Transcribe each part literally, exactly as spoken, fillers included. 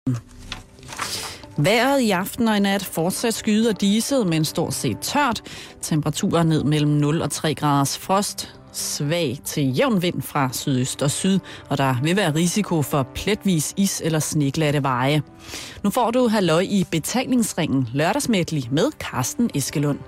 Vejret i aften og i nat fortsat skyet og diset, men stort set tørt. Temperaturer ned mellem nul og tre graders frost. Svag til jævn vind fra sydøst og syd, og der vil være risiko for pletvis is- eller sneglatte veje. Nu får du halløj i betalingsringen lørdagsmedley med Carsten Eskelund.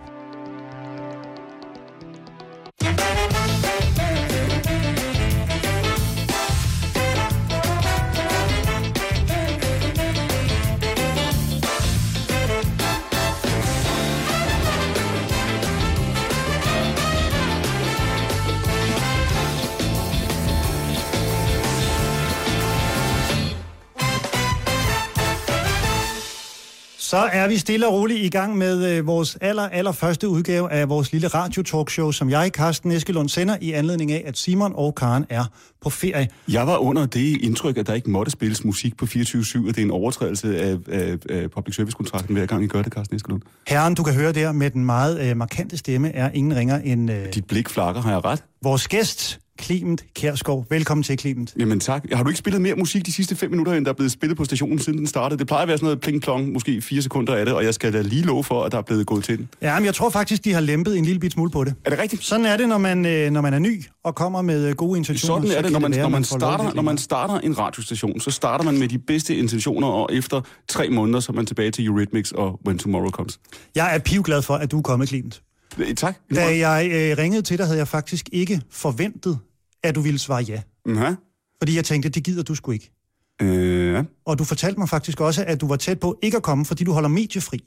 Så er vi stille og roligt i gang med øh, vores aller, aller første udgave af vores lille radio-talkshow, som jeg, Carsten Eskelund, sender i anledning af, at Simon og Karen er på ferie. Jeg var under det indtryk, at der ikke måtte spilles musik på fireogtyve syv, og det er en overtrædelse af, af, af public service-kontrakten, hver gang I gør det, Carsten Eskelund. Herren, du kan høre der med den meget øh, markante stemme, er ingen ringer end... Øh, Dit blik flakker, har jeg ret? Vores gæst, Clement Kjærsgaard. Velkommen til, Clement. Jamen tak. Har du ikke spillet mere musik de sidste fem minutter, end der er blevet spillet på stationen, siden den startede? Det plejer at være sådan noget pling-plong, måske fire sekunder af det, og jeg skal da lige love for, at der er blevet gået til den. Ja, men jeg tror faktisk, de har lempet en lille bit smule på det. Er det rigtigt? Sådan er det, når man, øh, når man er ny og kommer med gode intentioner. Sådan er det, når man, det være, når, man man starter, når man starter en radiostation, så starter man med de bedste intentioner, og efter tre måneder, så er man tilbage til Eurythmics og When Tomorrow Comes. Jeg er pivglad for, at du er kommet, Clement. Tak. Da jeg øh, ringede til dig, havde jeg faktisk ikke forventet, at du ville svare ja. Uh-huh. Fordi jeg tænkte, det gider du sgu ikke. Øh, ja. Og du fortalte mig faktisk også, at du var tæt på ikke at komme, fordi du holder mediefri.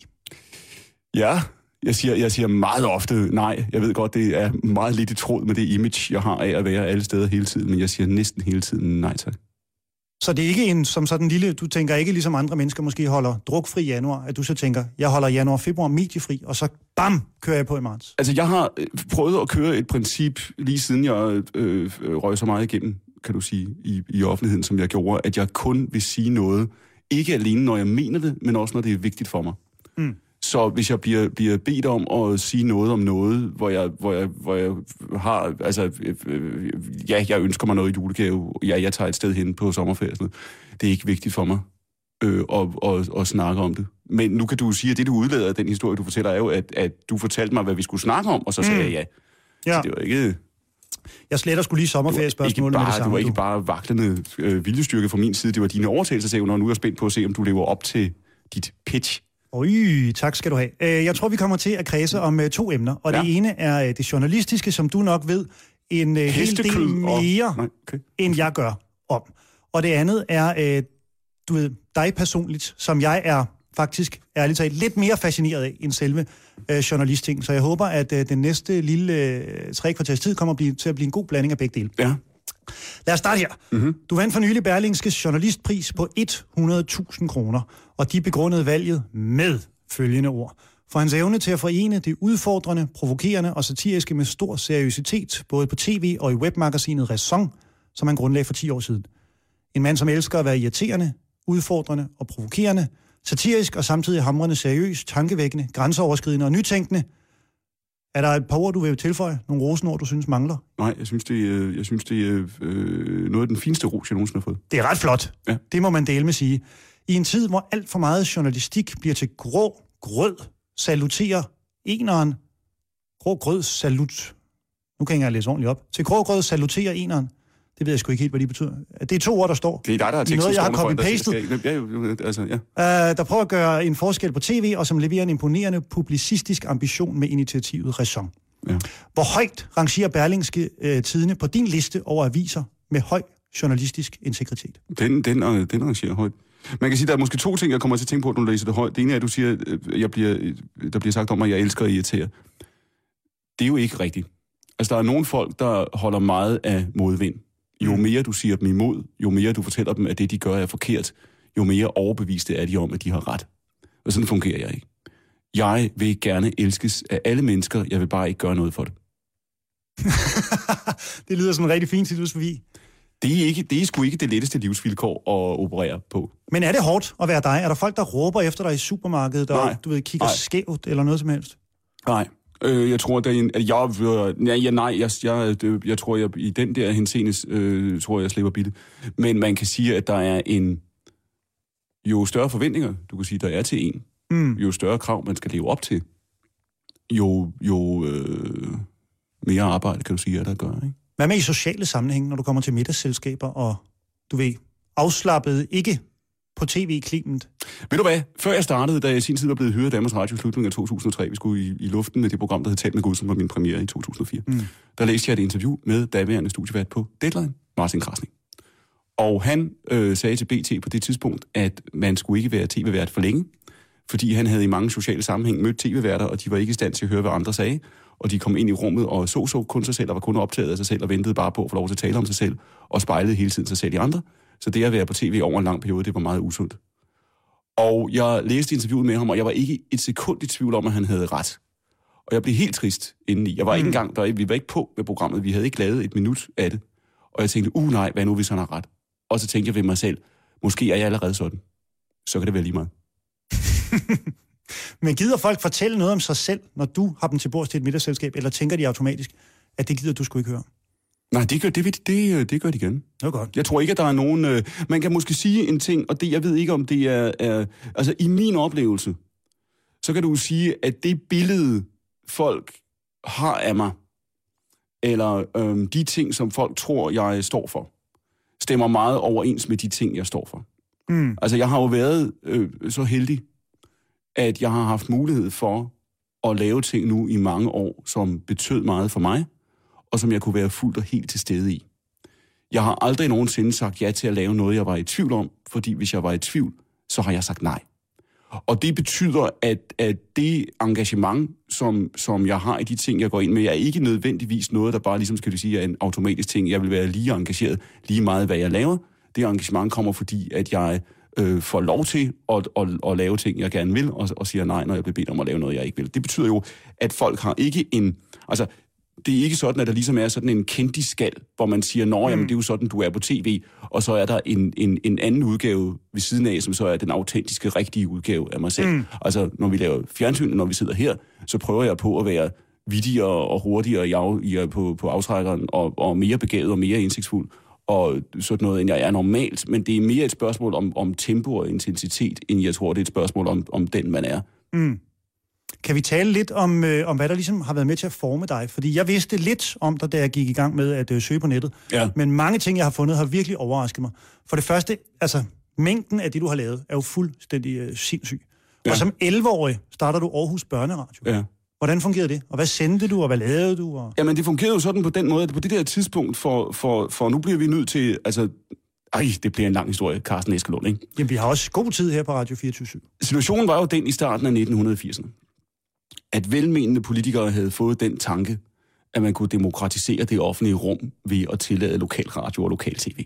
Ja, jeg siger, jeg siger meget ofte nej. Jeg ved godt, det er meget lidt i tråd med det image, jeg har af at være alle steder hele tiden, men jeg siger næsten hele tiden nej tak. Så det er ikke en som sådan lille, du tænker ikke ligesom andre mennesker måske holder drukfri januar, at du så tænker, jeg holder januar, februar mediefri, og så bam, kører jeg på i marts. Altså jeg har prøvet at køre et princip, lige siden jeg øh, røg så meget igennem, kan du sige, i, i offentligheden, som jeg gjorde, at jeg kun vil sige noget, ikke alene når jeg mener det, men også når det er vigtigt for mig. Mm. Så hvis jeg bliver, bliver bedt om at sige noget om noget, hvor jeg, hvor jeg, hvor jeg har, altså, øh, ja, jeg ønsker mig noget i julegave, ja, jeg tager et sted hen på sommerferie, sådan noget. Det er ikke vigtigt for mig øh, at, at, at snakke om det. Men nu kan du sige, at det, du udlader af den historie, du fortæller, er jo, at, at du fortalte mig, hvad vi skulle snakke om, og så sagde mm. jeg ja. ja. Så det var ikke... Jeg sletter skulle lige sommerferiespørgsmålet med det samme. Du var ikke bare vaklende øh, viljestyrke fra min side, det var dine overtagelsesevner, og nu er jeg spændt på at se, om du lever op til dit pitch. Øj, tak skal du have. Jeg tror, vi kommer til at kredse om to emner, og ja. Det ene er det journalistiske, som du nok ved en hel del mere, og... Nej, okay. end jeg gør om. Og det andet er, du ved, dig personligt, som jeg er faktisk, ærligt talt, lidt mere fascineret af end selve øh, journalistting. Så jeg håber, at øh, den næste lille øh, tre kvarters tid kommer at blive, til at blive en god blanding af begge dele. Ja. Lad os starte her. Mm-hmm. Du vandt for nylig Berlingskes journalistpris på hundrede tusind kroner, og de begrundede valget med følgende ord. For hans evne til at forene det udfordrende, provokerende og satiriske med stor seriøsitet, både på tv og i webmagasinet Ræson, som han grundlagde for ti år siden. En mand, som elsker at være irriterende, udfordrende og provokerende, satirisk og samtidig hamrende seriøs, tankevækkende, grænseoverskridende og nytænkende. Er der et par ord, du vil tilføje? Nogle rosenord, du synes mangler? Nej, jeg synes, det er, jeg synes, det er øh, noget af den fineste ros, jeg nogensinde har fået. Det er ret flot. Ja. Det må man dele med sige. I en tid, hvor alt for meget journalistik bliver til grå grød, saluterer eneren. Grå grød salut. Nu kan jeg ikke læse ordentligt op. Til grå grød saluterer eneren. Det ved jeg sgu ikke helt, hvad de betyder. Det er to ord, der står. Det er dig, der har teksten. Noget, jeg har copy-pastet. Ja, jo, altså, ja. Uh, der prøver at gøre en forskel på tv, og som leverer en imponerende publicistisk ambition med initiativet Ræson. Ja. Hvor højt rangerer Berlingske uh, Tidende på din liste over aviser med høj journalistisk integritet? Den, den, uh, den rangerer højt. Man kan sige, at der er måske to ting, jeg kommer til at tænke på, når du læser det højt. Det ene er, at du siger, at jeg bliver, der bliver sagt om, at jeg elsker at irritere. Det er jo ikke rigtigt. Altså, der er nogle folk, der holder meget af modvind. Jo mere du siger dem imod, jo mere du fortæller dem, at det, de gør, er forkert, jo mere overbeviste er de om, at de har ret. Og sådan fungerer jeg ikke. Jeg vil gerne elskes af alle mennesker, jeg vil bare ikke gøre noget for det. Det lyder som en rigtig fin situationsforbi. Det er, ikke, det er sgu ikke det letteste livsvilkår at operere på. Men er det hårdt at være dig? Er der folk, der råber efter dig i supermarkedet, og Nej. du ved, kigger Nej. skævt eller noget som helst? Nej. Øh, jeg tror, at, en, at jeg, ja, ja, nej, jeg, jeg, jeg tror, jeg i den der henseende, øh, tror jeg, jeg slipper billigt. Men man kan sige, at der er en, jo større forventninger, du kan sige, der er til en, mm. jo større krav, man skal leve op til, jo, jo øh, mere arbejde, kan du sige, er der at gøre, ikke? Hvad med i sociale sammenhæng, når du kommer til middagsselskaber, og du ved, afslappet, ikke på tv-klimet? Ved du hvad? Før jeg startede, da jeg i sin tid var blevet hørt af Danmarks Radio i slutningen af to tusind og tre, vi skulle i, i luften med det program, der hed Talt med Gud, som var min premiere i to tusind og fire, mm. der læste jeg et interview med daværende studievært på Deadline, Martin Krasnik. Og han øh, sagde til B T på det tidspunkt, at man skulle ikke være tv-vært for længe, fordi han havde i mange sociale sammenhæng mødt tv-værter, og de var ikke i stand til at høre, hvad andre sagde. Og de kom ind i rummet og så så kun sig selv, og var kun optaget af sig selv, og ventede bare på at få lov til at tale om sig selv, og spejlede hele tiden sig selv i andre. Så det at være på tv over en lang periode, det var meget usundt. Og jeg læste interviewet med ham, og jeg var ikke et sekund i tvivl om, at han havde ret. Og jeg blev helt trist indeni. Jeg var ikke engang, der, vi var ikke på med programmet, vi havde ikke lavet et minut af det. Og jeg tænkte, uh nej, hvad nu hvis han har ret? Og så tænkte jeg ved mig selv, måske er jeg allerede sådan. Så kan det være lige meget. Men gider folk fortælle noget om sig selv, når du har dem til bords til et middagsselskab, eller tænker de automatisk, at det gider du sgu ikke høre? Nej, det gør, det, det, det gør de igen. Det er godt. Jeg tror ikke, at der er nogen... Øh, man kan måske sige en ting, og det, jeg ved ikke, om det er, er... Altså, i min oplevelse, så kan du sige, at det billede, folk har af mig, eller øh, de ting, som folk tror, jeg står for, stemmer meget overens med de ting, jeg står for. Mm. Altså, jeg har jo været øh, så heldig, at jeg har haft mulighed for at lave ting nu i mange år, som betød meget for mig, og som jeg kunne være fuldt og helt til stede i. Jeg har aldrig nogensinde sagt ja til at lave noget, jeg var i tvivl om, fordi hvis jeg var i tvivl, så har jeg sagt nej. Og det betyder, at, at det engagement, som, som jeg har i de ting, jeg går ind med, er ikke nødvendigvis noget, der bare ligesom, skal du sige, er en automatisk ting. Jeg vil være lige engageret lige meget, hvad jeg laver. Det engagement kommer, fordi at jeg øh, får lov til at, at, at lave ting, jeg gerne vil, og, og siger nej, når jeg bliver bedt om at lave noget, jeg ikke vil. Det betyder jo, at folk har ikke en... Altså, det er ikke sådan, at der ligesom er sådan en kendiskal, hvor man siger, nå, jamen, det er jo sådan, du er på tv, og så er der en, en, en anden udgave ved siden af, som så er den autentiske, rigtige udgave af mig selv. Mm. Altså, når vi laver fjernsyn, når vi sidder her, så prøver jeg på at være vittigere og hurtigere i af, i, på, på aftrækkeren, og, og mere begavet og mere indsigtsfuld, og sådan noget, end jeg er normalt. Men det er mere et spørgsmål om, om tempo og intensitet, end jeg tror, det er et spørgsmål om, om den, man er. Mm. Kan vi tale lidt om, øh, om, hvad der ligesom har været med til at forme dig? Fordi jeg vidste lidt om dig, da jeg gik i gang med at øh, søge på nettet. Ja. Men mange ting, jeg har fundet, har virkelig overrasket mig. For det første, altså, mængden af det, du har lavet, er jo fuldstændig øh, sindssyg. Ja. Og som elleve-årig starter du Aarhus Børneradio. Ja. Hvordan fungerede det? Og hvad sendte du, og hvad lavede du? Og... Jamen, det fungerede jo sådan på den måde, at på det der tidspunkt, for, for, for nu bliver vi nødt til, altså... Ej, det bliver en lang historie, Carsten Eskelund, ikke? Jamen, vi har også god tid her på Radio fireogtyve syv. Situationen var jo den i starten af nitten firserne. At velmenende politikere havde fået den tanke, at man kunne demokratisere det offentlige rum ved at tillade lokal radio og lokal tv.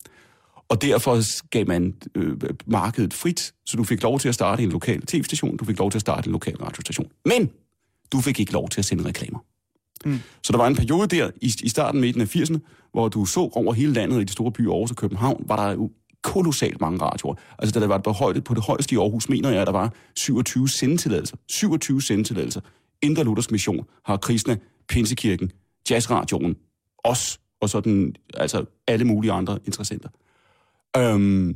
Og derfor gav man øh, markedet frit, så du fik lov til at starte en lokal tv-station, du fik lov til at starte en lokal radiostation. Men du fik ikke lov til at sende reklamer. Mm. Så der var en periode der i, i starten midten af firserne, hvor du så over hele landet i de store byer, Aarhus og København, var der jo kolossalt mange radioer. Altså, da der var på, højde, på det højeste i Aarhus, mener jeg, at der var syvogtyve sendetilladelser. syvogtyve sendetilladelser. Indre Luthers Mission, har Kristna, Pinsekirken, Jazzradioen, os, og sådan, altså alle mulige andre interessenter. Øhm,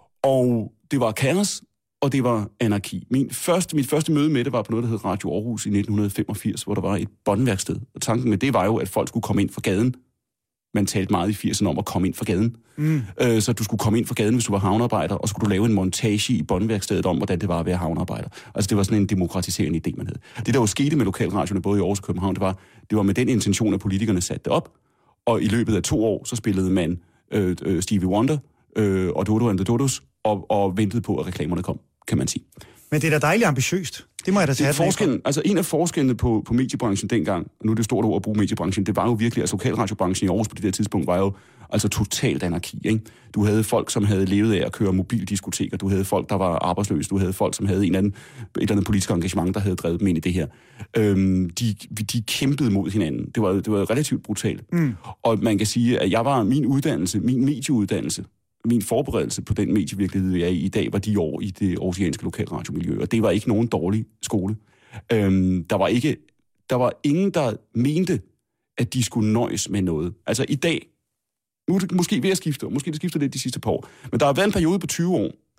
og det var kaos, og det var anarki. Min første, mit første møde med det var på noget, der hed Radio Aarhus i nitten femogfirs, hvor der var et båndværksted. Og tanken med det var jo, at folk skulle komme ind fra gaden. Man talte meget i firserne om at komme ind fra gaden. Mm. Øh, så du skulle komme ind fra gaden, hvis du var havnearbejder, og så skulle du lave en montage i båndværkstedet om, hvordan det var at være havnearbejder. Altså, det var sådan en demokratiserende idé, man havde. Det, der jo skete med lokalradioerne, både i Aarhus og København, det var, det var med den intention, at politikerne satte det op, og i løbet af to år, så spillede man øh, øh, Stevie Wonder øh, og Dodo and the Dodos, og, og ventede på, at reklamerne kom, kan man sige. Men det er da dejligt ambitiøst. Det må jeg da tage. Forskellen, altså en af forskellene på, på mediebranchen dengang, og nu er det stort ord at bruge mediebranchen, det var jo virkelig, altså lokalradiobranchen i Aarhus på det der tidspunkt var jo altså totalt anarki, ikke? Du havde folk, som havde levet af at køre mobildiskoteker, du havde folk, der var arbejdsløse, du havde folk, som havde en anden, et eller andet politisk engagement, der havde drevet dem ind i det her. Øhm, de, de kæmpede mod hinanden. Det var, det var relativt brutalt. Mm. Og man kan sige, at jeg var min uddannelse, min medieuddannelse, min forberedelse på den medievirkelighed, jeg er i i dag, var de år i det aarhusianske lokalradiomiljø, og det var ikke nogen dårlig skole. Øhm, der var ikke, der var ingen, der mente, at de skulle nøjes med noget. Altså i dag, nu er det måske ved at skifte, og måske det skifter lidt de sidste par år, men der har været en periode på tyve år,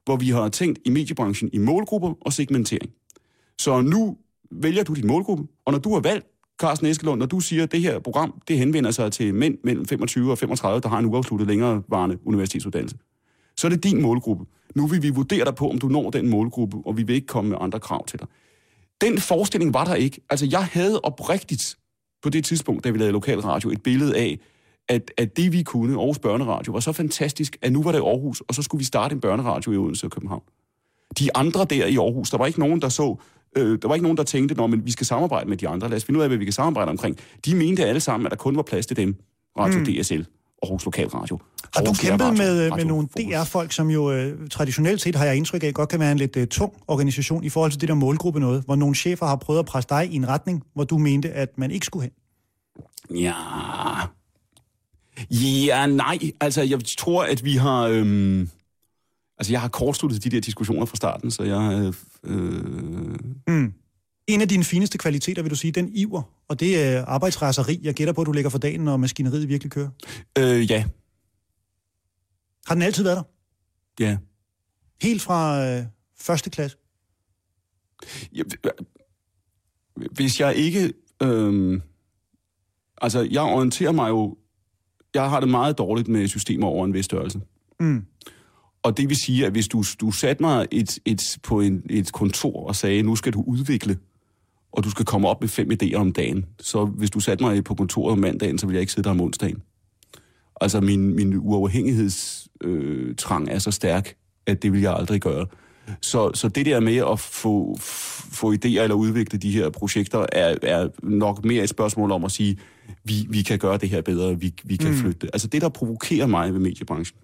hvor vi har tænkt i mediebranchen i målgrupper og segmentering. Så nu vælger du din målgruppe, og når du har valgt, Carsten Eskelund, når du siger, at det her program, det henvender sig til mænd mellem femogtyve og femogtredive, der har en uafsluttet længerevarende universitetsuddannelse, så er det din målgruppe. Nu vil vi vurdere dig på, om du når den målgruppe, og vi vil ikke komme med andre krav til dig. Den forestilling var der ikke. Altså, jeg havde oprigtigt på det tidspunkt, da vi lavede lokalradio, et billede af, at, at det vi kunne, Aarhus Børneradio, var så fantastisk, at nu var det Aarhus, og så skulle vi starte en børneradio i Odense og København. De andre der i Aarhus, der var ikke nogen, der så, øh, der var ikke nogen, der tænkte, når men vi skal samarbejde med de andre. Lad os finde ud af, hvad vi kan samarbejde omkring. De mente alle sammen, at der kun var plads til dem. Radio mm. D S L, Aarhus Lokalradio. Har du kæmpet med, med nogle D R-folk, som jo øh, traditionelt set, har jeg indtryk af, godt kan være en lidt øh, tung organisation i forhold til det der målgruppe noget, hvor nogle chefer har prøvet at presse dig i en retning, hvor du mente, at man ikke skulle hen? Ja... Ja, nej. Altså, jeg tror, at vi har... Øhm... Altså, jeg har kortsluttet de der diskussioner fra starten, så jeg... Øh... Mm. En af dine fineste kvaliteter, vil du sige, den iver, og det er arbejdsraseri. Jeg gætter på, at du lægger for dagen, når maskineriet virkelig kører. Øh, ja. Har den altid været der? Ja. Helt fra øh, første klasse? Ja, hvis jeg ikke... Øh... Altså, jeg orienterer mig jo... Jeg har det meget dårligt med systemer over en vis størrelse. Mm. Og det vil sige, at hvis du, du satte mig et, et, på en, et kontor og sagde, nu skal du udvikle, og du skal komme op med fem idéer om dagen, så hvis du satte mig på kontoret om mandagen, så ville jeg ikke sidde der om onsdagen. Altså, min, min uafhængighedstrang øh, er så stærk, at det vil jeg aldrig gøre. Så, så det der med at få, få idéer eller udvikle de her projekter, er, er nok mere et spørgsmål om at sige, vi, vi kan gøre det her bedre, vi, vi kan mm. flytte det. Altså det, der provokerer mig ved mediebranchen,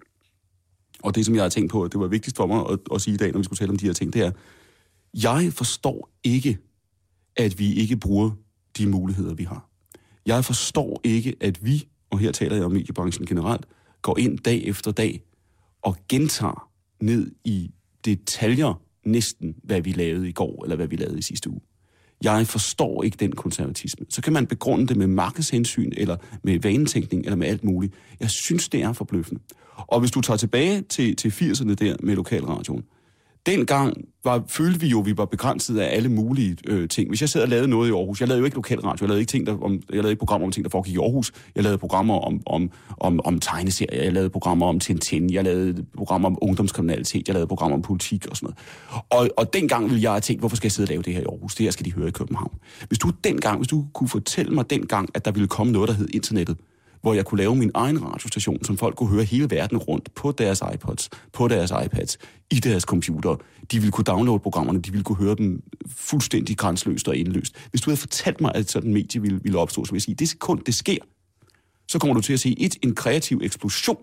og det, som jeg har tænkt på, det var vigtigst for mig at, at sige i dag, når vi skulle tale om de her ting, det er, jeg forstår ikke, at vi ikke bruger de muligheder, vi har. Jeg forstår ikke, at vi, og her taler jeg om mediebranchen generelt, går ind dag efter dag og gentager ned i detaljer næsten, hvad vi lavede i går, eller hvad vi lavede i sidste uge. Jeg forstår ikke den konservatisme. Så kan man begrunde det med markedshensyn, eller med vanetænkning, eller med alt muligt. Jeg synes, det er forbløffende. Og hvis du tager tilbage til, til firserne der med lokalradioen, dengang var, følte vi jo, at vi var begrænset af alle mulige øh, ting. Hvis jeg sad og lavede noget i Aarhus, jeg lavede jo ikke lokalradio, jeg lavede ikke, ting, der, om, jeg lavede ikke programmer om ting, der foregik i Aarhus, jeg lavede programmer om, om, om, om tegneserier, jeg lavede programmer om Tintin, jeg lavede programmer om ungdomskriminalitet, jeg lavede programmer om politik og sådan noget. Og, og dengang ville jeg have tænkt, hvorfor skal jeg sidde og lave det her i Aarhus? Det her skal de høre i København. Hvis du dengang, hvis du kunne fortælle mig dengang, at der ville komme noget, der hed internettet, hvor jeg kunne lave min egen radiostation, som folk kunne høre hele verden rundt på deres iPods, på deres iPads, i deres computer. De ville kunne downloade programmerne, de ville kunne høre dem fuldstændig grænseløst og indløst. Hvis du havde fortalt mig, at sådan en medie ville, ville opstå, så vil jeg sige, det sekund, det sker, så kommer du til at se et, en kreativ eksplosion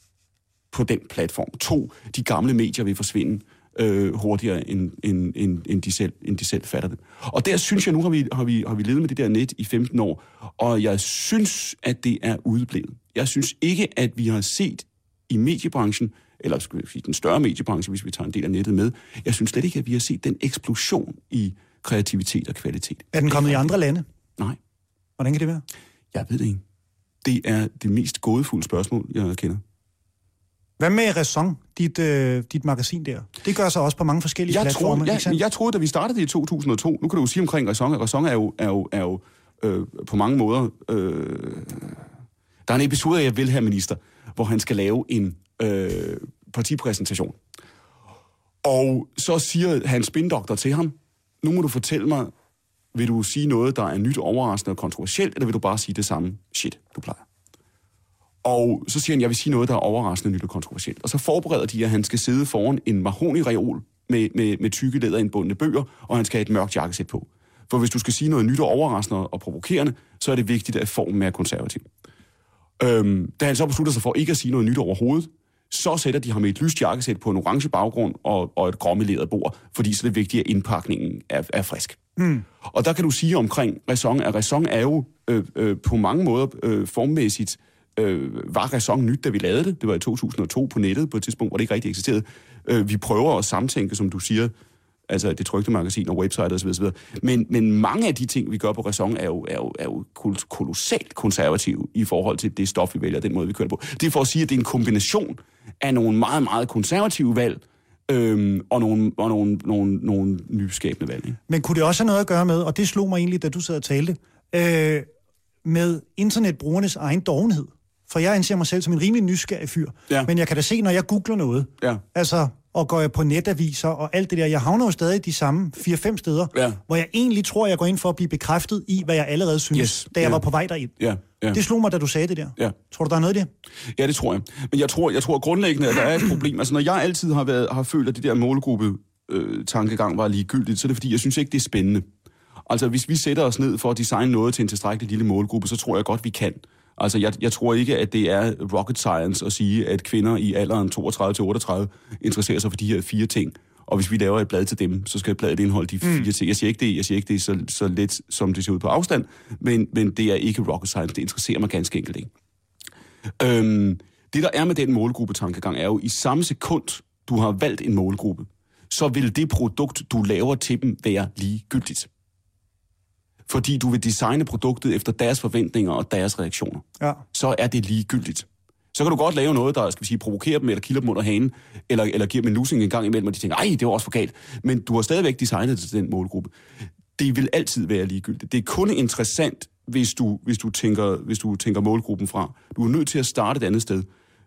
på den platform. To, de gamle medier vil forsvinde øh, hurtigere, end, end, end, end, de selv, end de selv fatter det. Og der synes jeg, nu har vi, har, vi, har vi levet med det der net i femten år, og jeg synes, at det er udeblevet. Jeg synes ikke, at vi har set i mediebranchen, eller skal vi sige den større mediebranche, hvis vi tager en del af nettet med, jeg synes slet ikke, at vi har set den eksplosion i kreativitet og kvalitet. Er den kommet i andre lande? Nej. Hvordan kan det være? Jeg ved det ikke. Det er det mest gådefulde spørgsmål, jeg kender. Hvad med Ræson, dit, øh, dit magasin der? Det gør sig også på mange forskellige jeg platformer. Troede, jeg, jeg troede, da vi startede i to tusind og to, nu kan du jo sige omkring Ræson, at Ræson er jo, er jo, er jo øh, på mange måder... Øh, der er en episode af Jeg vil have minister, hvor han skal lave en øh, partipræsentation. Og så siger hans spindoktor til ham, nu må du fortælle mig, vil du sige noget, der er nyt, overraskende og kontroversielt, eller vil du bare sige det samme shit, du plejer? Og så siger han, jeg vil sige noget, der er overraskende, nyt og kontroversielt. Og så forbereder de, at han skal sidde foran en mahogni-reol med, med, med tykke læderindbundne bøger, og han skal have et mørkt jakkesæt på. For hvis du skal sige noget nyt og overraskende og provokerende, så er det vigtigt, at formen er konservativ. Øhm, da han så beslutter sig for ikke at sige noget nyt overhovedet, så sætter de ham med et lyst jakkesæt på en orange baggrund og, og et gråmeleret bord, fordi så er det vigtigt, at indpakningen er, er frisk. Mm. Og der kan du sige omkring Ræson, at Ræson er jo øh, øh, på mange måder øh, formmæssigt øh, var Ræson nyt, da vi lavede det. Det var i to tusind og to på nettet, på et tidspunkt, hvor det ikke rigtig eksisterede. Øh, vi prøver at samtænke, som du siger, altså det trykte magasin og website osv. osv. Men, men mange af de ting, vi gør på Ræson, er jo, er jo, er jo kolossalt konservative i forhold til det stof, vi vælger, den måde, vi kører på. Det er for at sige, at det er en kombination af nogle meget, meget konservative valg, Øhm, og nogle, og nogle, nogle, nogle nyskabende valg. Ikke? Men kunne det også have noget at gøre med, og det slog mig egentlig, da du sad og talte, øh, med internetbrugernes egen dovenhed? For jeg anser mig selv som en rimelig nysgerrig fyr. Ja. Men jeg kan da se, når jeg googler noget, ja. altså, og går jeg på netaviser og alt det der, jeg havner jo stadig de samme fire fem steder, ja. hvor jeg egentlig tror, jeg går ind for at blive bekræftet i, hvad jeg allerede synes, yes. da jeg ja. var på vej derind. Ja. Ja. Det slog mig, da du sagde det der. Ja. Tror du, der er noget i det? Ja, det tror jeg. Men jeg tror, jeg tror grundlæggende, at der er et problem. Altså, når jeg altid har, været, har følt, at det der målgruppe-tankegang øh, var ligegyldigt, så er det fordi, jeg synes ikke, det er spændende. Altså, hvis vi sætter os ned for at designe noget til en tilstrækkelig lille målgruppe, så tror jeg godt, vi kan. Altså, jeg, jeg tror ikke, at det er rocket science at sige, at kvinder i alderen toogtredive til otteogtredive interesserer sig for de her fire ting. Og hvis vi laver et blad til dem, så skal bladet indeholde de fire mm. ting. Jeg siger ikke det, jeg siger ikke, det er så, så let, som det ser ud på afstand, men, men det er ikke rocket science. Det interesserer mig ganske enkelt ikke. Øhm, det, der er med den målgruppetankegang, er jo, i samme sekund, du har valgt en målgruppe, så vil det produkt, du laver til dem, være ligegyldigt. Fordi du vil designe produktet efter deres forventninger og deres reaktioner. Ja. Så er det ligegyldigt. Så kan du godt lave noget, der skal vi sige, provokerer dem, eller kilder dem under hanen, eller, eller giver dem en lussing en gang imellem, og de tænker, ej, det var også for galt. Men du har stadigvæk designet til den målgruppe. Det vil altid være ligegyldigt. Det er kun interessant, hvis du, hvis du, tænker, hvis du tænker målgruppen fra. Du er nødt til at starte et andet sted.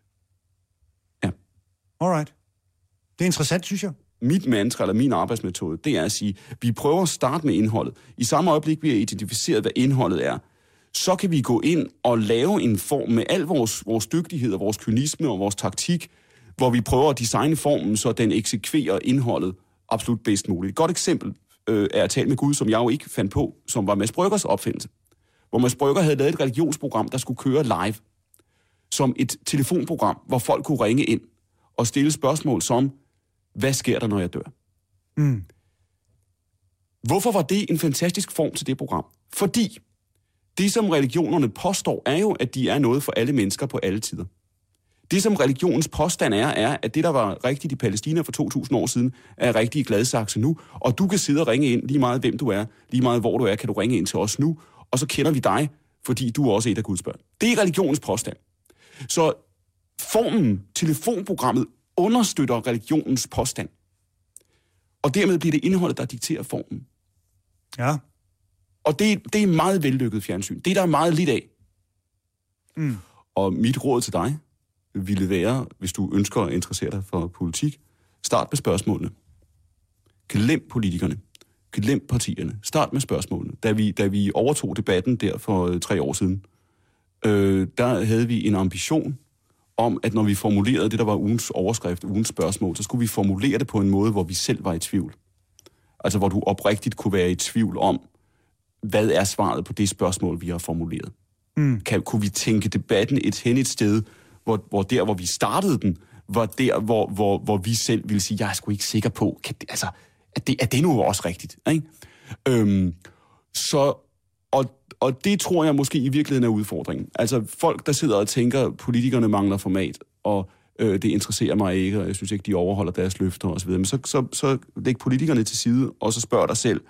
Ja. Alright. Det er interessant, synes jeg. Mit mantra, eller min arbejdsmetode, det er at sige, vi prøver at starte med indholdet. I samme øjeblik, vi har identificeret, hvad indholdet er, så kan vi gå ind og lave en form med al vores, vores dygtighed og vores kynisme og vores taktik, hvor vi prøver at designe formen, så den eksekverer indholdet absolut bedst muligt. Et godt eksempel øh, er at tale med Gud, som jeg jo ikke fandt på, som var Mads Bryggers opfindelse. Hvor Mads Brygger havde lavet et religionsprogram, der skulle køre live, som et telefonprogram, hvor folk kunne ringe ind og stille spørgsmål som, hvad sker der, når jeg dør? Mm. Hvorfor var det en fantastisk form til det program? Fordi det, som religionerne påstår, er jo, at de er noget for alle mennesker på alle tider. Det, som religionens påstand er, er, at det, der var rigtigt i Palæstina for to tusind år siden, er rigtigt i Gladsaxe nu. Og du kan sidde og ringe ind, lige meget hvem du er, lige meget hvor du er, kan du ringe ind til os nu. Og så kender vi dig, fordi du er også et af Guds børn. Det er religionens påstand. Så formen, telefonprogrammet, understøtter religionens påstand. Og dermed bliver det indholdet, der dikterer formen. Ja. Og det, det er meget vellykket fjernsyn. Det er der meget lidt af. Mm. Og mit råd til dig ville være, hvis du ønsker at interessere dig for politik, start med spørgsmålene. Glem politikerne. Glem partierne. Start med spørgsmålene. Da vi, da vi overtog debatten der for øh, tre år siden, øh, der havde vi en ambition om, at når vi formulerede det, der var ugens overskrift, ugens spørgsmål, så skulle vi formulere det på en måde, hvor vi selv var i tvivl. Altså, hvor du oprigtigt kunne være i tvivl om, hvad er svaret på det spørgsmål, vi har formuleret. Mm. Kan, kunne vi tænke debatten et hen et sted, hvor, hvor der, hvor vi startede den, var der, hvor, hvor, hvor vi selv ville sige, jeg er sgu ikke sikker på, kan, altså, er det, er det nu også rigtigt? Ikke? Øhm, så, og, og det tror jeg måske i virkeligheden er udfordringen. Altså folk, der sidder og tænker, politikerne mangler format, og øh, det interesserer mig ikke, og jeg synes ikke, de overholder deres løfter osv. Men så, så, så læg politikerne til side, og så spørg dig selv,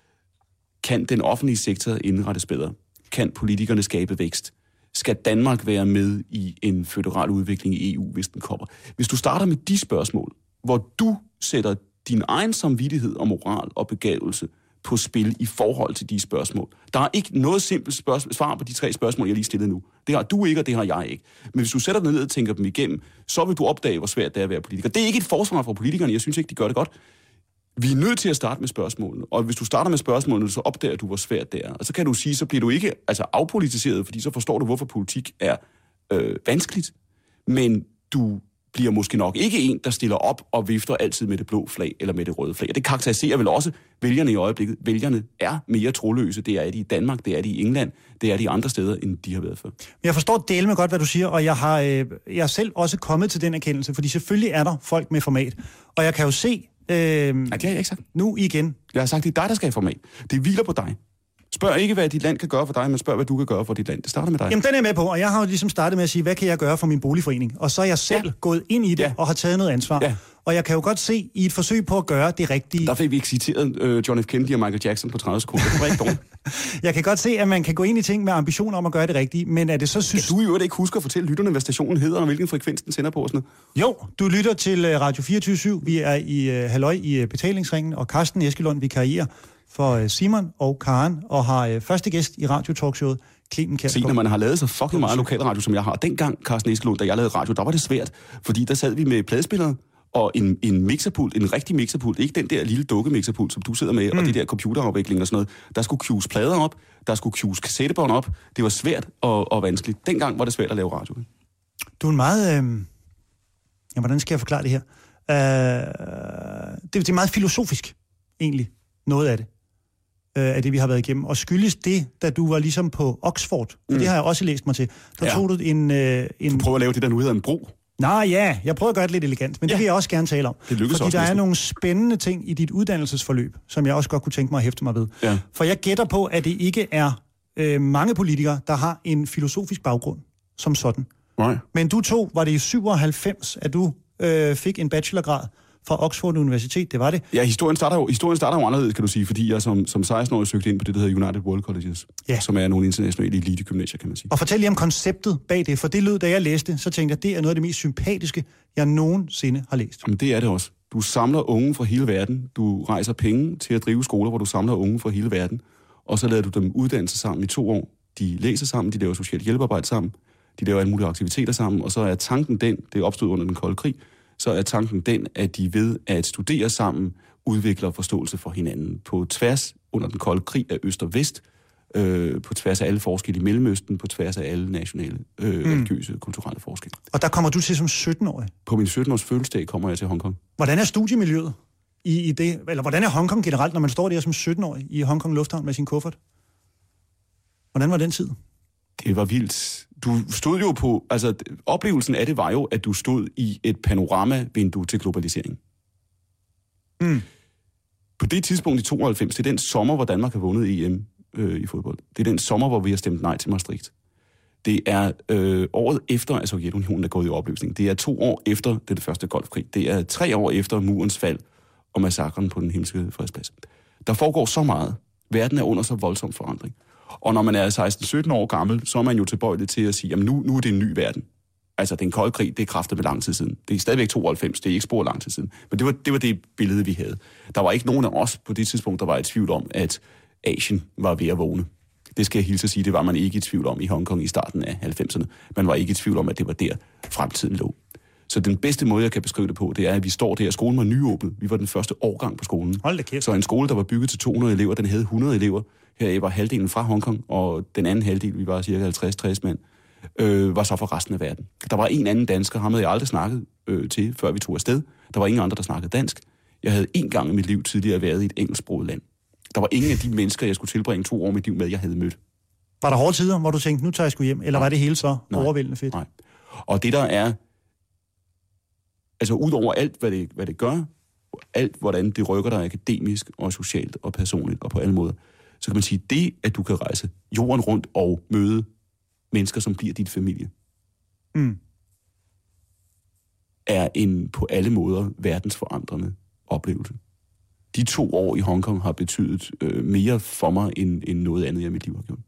kan den offentlige sektor indrettes bedre? Kan politikerne skabe vækst? Skal Danmark være med i en føderal udvikling i E U, hvis den kommer? Hvis du starter med de spørgsmål, hvor du sætter din egen samvittighed og moral og begavelse på spil i forhold til de spørgsmål. Der er ikke noget simpelt spørgsmål, svar på de tre spørgsmål, jeg lige stillede nu. Det har du ikke, og det har jeg ikke. Men hvis du sætter dig ned og tænker dem igennem, så vil du opdage, hvor svært det er at være politiker. Det er ikke et forsvar for politikerne. Jeg synes ikke, de gør det godt. Vi er nødt til at starte med spørgsmålene. Og hvis du starter med spørgsmålene, så opdager du, hvor svært det er. Og så kan du sige, så bliver du ikke altså, afpolitiseret, fordi så forstår du, hvorfor politik er øh, vanskeligt. Men du bliver måske nok ikke en, der stiller op og vifter altid med det blå flag eller med det røde flag. Og det karakteriserer vel også vælgerne i øjeblikket. Vælgerne er mere troløse. Det er de i Danmark, det er de i England, det er de andre steder, end de har været før. Jeg forstår dele med godt, hvad du siger, og jeg har øh, jeg er selv også kommet til den erkendelse, fordi selvfølgelig er der folk med format. Og jeg kan jo se, øh, ja, det har jeg ikke sagt. Nu igen. Jeg har sagt, det er dig, der skal have format. Det hviler på dig. Spørg ikke, hvad dit land kan gøre for dig, men spørg, hvad du kan gøre for dit land. Det starter med dig. Jamen, den er jeg med på, og jeg har jo ligesom startet med at sige, hvad kan jeg gøre for min boligforening? Og så er jeg selv ja. gået ind i det ja. og har taget noget ansvar. Ja. Og jeg kan jo godt se, i et forsøg på at gøre det rigtige... Der fik vi ikke citeret øh, John F. Kennedy og Michael Jackson på tredive sekunder. Det var ikke dårligt. Jeg kan godt se, at man kan gå ind i ting med ambitioner om at gøre det rigtige, men er det så synes... Kan du jo ikke huske at fortælle lytterne, hvad stationen hedder, og hvilken frekvens den sender på? Sådan noget? Jo, du lytter til Radio fireogtyve syv. Vi er i uh, halløj i uh, betalingsringen, og Carsten Eskelund vikarierer for uh, Simon og Karen, og har uh, første gæst i radiotalkshowet, Clemen Kjærsgaard. Se, når man har lavet så fucking meget lokalradio, som jeg har. Dengang, Carsten Eskelund, da jeg lavede radio, der var det svært, fordi der sad vi med pladespillere, og en, en mixerpult, en rigtig mixerpult, ikke den der lille dukke-mixerpult, som du sidder med, mm. og det der computerafvikling og sådan noget. Der skulle cues plader op, der skulle cues kassettebånd op. Det var svært og, og vanskeligt. Dengang var det svært at lave radio. Du er en meget... Øh... Ja, hvordan skal jeg forklare det her? Øh... Det, det er meget filosofisk, egentlig, noget af det. Øh, af det, vi har været igennem. Og skyldes det, da du var ligesom på Oxford, for mm. det har jeg også læst mig til, der ja. tog du en... Øh, en... Du prøver at lave det, der nu hedder en bro. Nej, ja, jeg prøver at gøre det lidt elegant, men ja. det vil jeg også gerne tale om. Det lykkes Fordi også der næsten. er nogle spændende ting i dit uddannelsesforløb, som jeg også godt kunne tænke mig at hæfte mig ved. Ja. For jeg gætter på, at det ikke er øh, mange politikere, der har en filosofisk baggrund som sådan. Nej. Men du tog, var det i syvoghalvfems, at du øh, fik en bachelorgrad fra Oxford Universitet, det var det? Ja, historien starter jo, historien starter jo anderledes, kan du sige, fordi jeg som, som seksten-årig søgte ind på det, der hedder United World Colleges, ja. som er nogle internationale elite-gymnasier, kan man sige. Og fortæl lige om konceptet bag det, for det lød, da jeg læste, så tænkte jeg, det er noget af det mest sympatiske, jeg nogensinde har læst. Jamen, det er det også. Du samler unge fra hele verden, du rejser penge til at drive skoler, hvor du samler unge fra hele verden, og så lader du dem uddanne sig sammen i to år. De læser sammen, de laver socialt hjælpearbejde sammen, de laver alle mulige aktiviteter sammen, og så er tanken den, det opstod under den kolde krig, så er tanken den, at de ved at studere sammen, udvikler forståelse for hinanden på tværs under den kolde krig af øst og vest, øh, på tværs af alle forskelle i Mellemøsten, på tværs af alle nationale, øh, mm. religiøse, kulturelle forskelle. Og der kommer du til som sytten-årig? På min sytten-års fødselsdag kommer jeg til Hongkong. Hvordan er studiemiljøet i, i det, eller hvordan er Hongkong generelt, når man står der som sytten-årig i Hongkong Lufthavn med sin kuffert? Hvordan var den tid? Det var vildt. Du stod jo på... Altså, oplevelsen af det var jo, at du stod i et panoramavindue til globalisering. Mm. På det tidspunkt i tooghalvfems, det er den sommer, hvor Danmark har vundet E M øh, i fodbold. Det er den sommer, hvor vi har stemt nej til Maastricht. Det er øh, året efter, at Sovjetunionen er gået i opløsning. Det er to år efter det, det første golfkrig. Det er tre år efter murens fald og massakren på den himmelske fredsplads. Der foregår så meget. Verden er under så voldsom forandring. Og når man er seksten sytten år gammel, så er man jo tilbøjelig til at sige, jamen nu, nu er det en ny verden. Altså, den kolde krig, det er kræfter med lang tid siden. Det er stadigvæk tooghalvfems, det er ikke spor lang tid siden. Men det var, det var det billede, vi havde. Der var ikke nogen af os på det tidspunkt, der var i tvivl om, at Asien var ved at vågne. Det skal jeg hilse at sige, det var man ikke i tvivl om i Hongkong i starten af halvfemserne. Man var ikke i tvivl om, at det var der, fremtiden lå. Så den bedste måde, jeg kan beskrive det på, det er, at vi står der, skolen var nyåbnet. Vi var den første årgang på skolen. Hold da kæft. Så en skole, der var bygget til to hundrede elever, den havde hundrede elever. Her var halvdelen fra Hongkong, og den anden halvdel, vi var cirka halvtreds til tres mand, øh, var så fra resten af verden. Der var en anden dansker, ham havde jeg aldrig snakket øh, til, før vi tog afsted. Der var ingen andre, der snakkede dansk. Jeg havde en gang i mit liv tidligere været i et engelsksproget land. Der var ingen af de mennesker, jeg skulle tilbringe to år i mit liv med, jeg havde mødt. Var der hårde tider, hvor du tænkte, nu tager jeg sgu hjem, eller var det hele så nej, overvældende fedt? Nej. Og det der er, altså ud over alt, hvad det, hvad det gør, alt, hvordan det rykker dig akademisk og socialt og personligt og på alle måder, så kan man sige, det, at du kan rejse jorden rundt og møde mennesker, som bliver dit familie, mm. er en på alle måder verdensforandrende oplevelse. De to år i Hongkong har betydet øh, mere for mig, end, end noget andet, jeg i mit liv har gjort.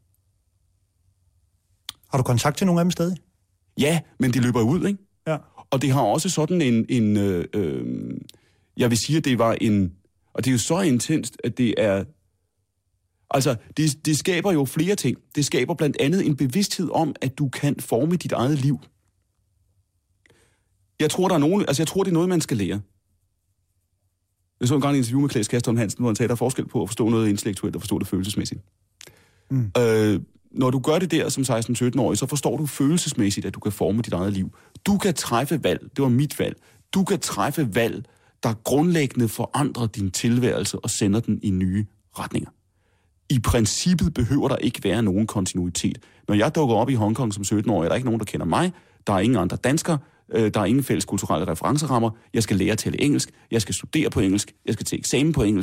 Har du kontakt til nogle af dem stadig? Ja, men det løber ud, ikke? Ja. Og det har også sådan en... en øh, øh, jeg vil sige, at det var en... Og det er jo så intenst, at det er... Altså, det, det skaber jo flere ting. Det skaber blandt andet en bevidsthed om, at du kan forme dit eget liv. Jeg tror, der er nogen... Altså, jeg tror, det er noget, man skal lære. Jeg så en gang en interview med Claes Kastorm Hansen, hvor han sagde, der er forskel på at forstå noget intellektuelt og forstå det følelsesmæssigt. Mm. Øh, når du gør det der som seksten sytten-årig, så forstår du følelsesmæssigt, at du kan forme dit eget liv. Du kan træffe valg. Det var mit valg. Du kan træffe valg, der grundlæggende forandrer din tilværelse og sender den i nye retninger. I princippet behøver der ikke være nogen kontinuitet. Når jeg dukker op i Hongkong som sytten-årig, er der ikke nogen, der kender mig. Der er ingen andre danskere. Der er ingen fælles kulturelle referencerammer. Jeg skal lære at tale engelsk. Jeg skal studere på engelsk. Jeg skal til eksamen på engelsk.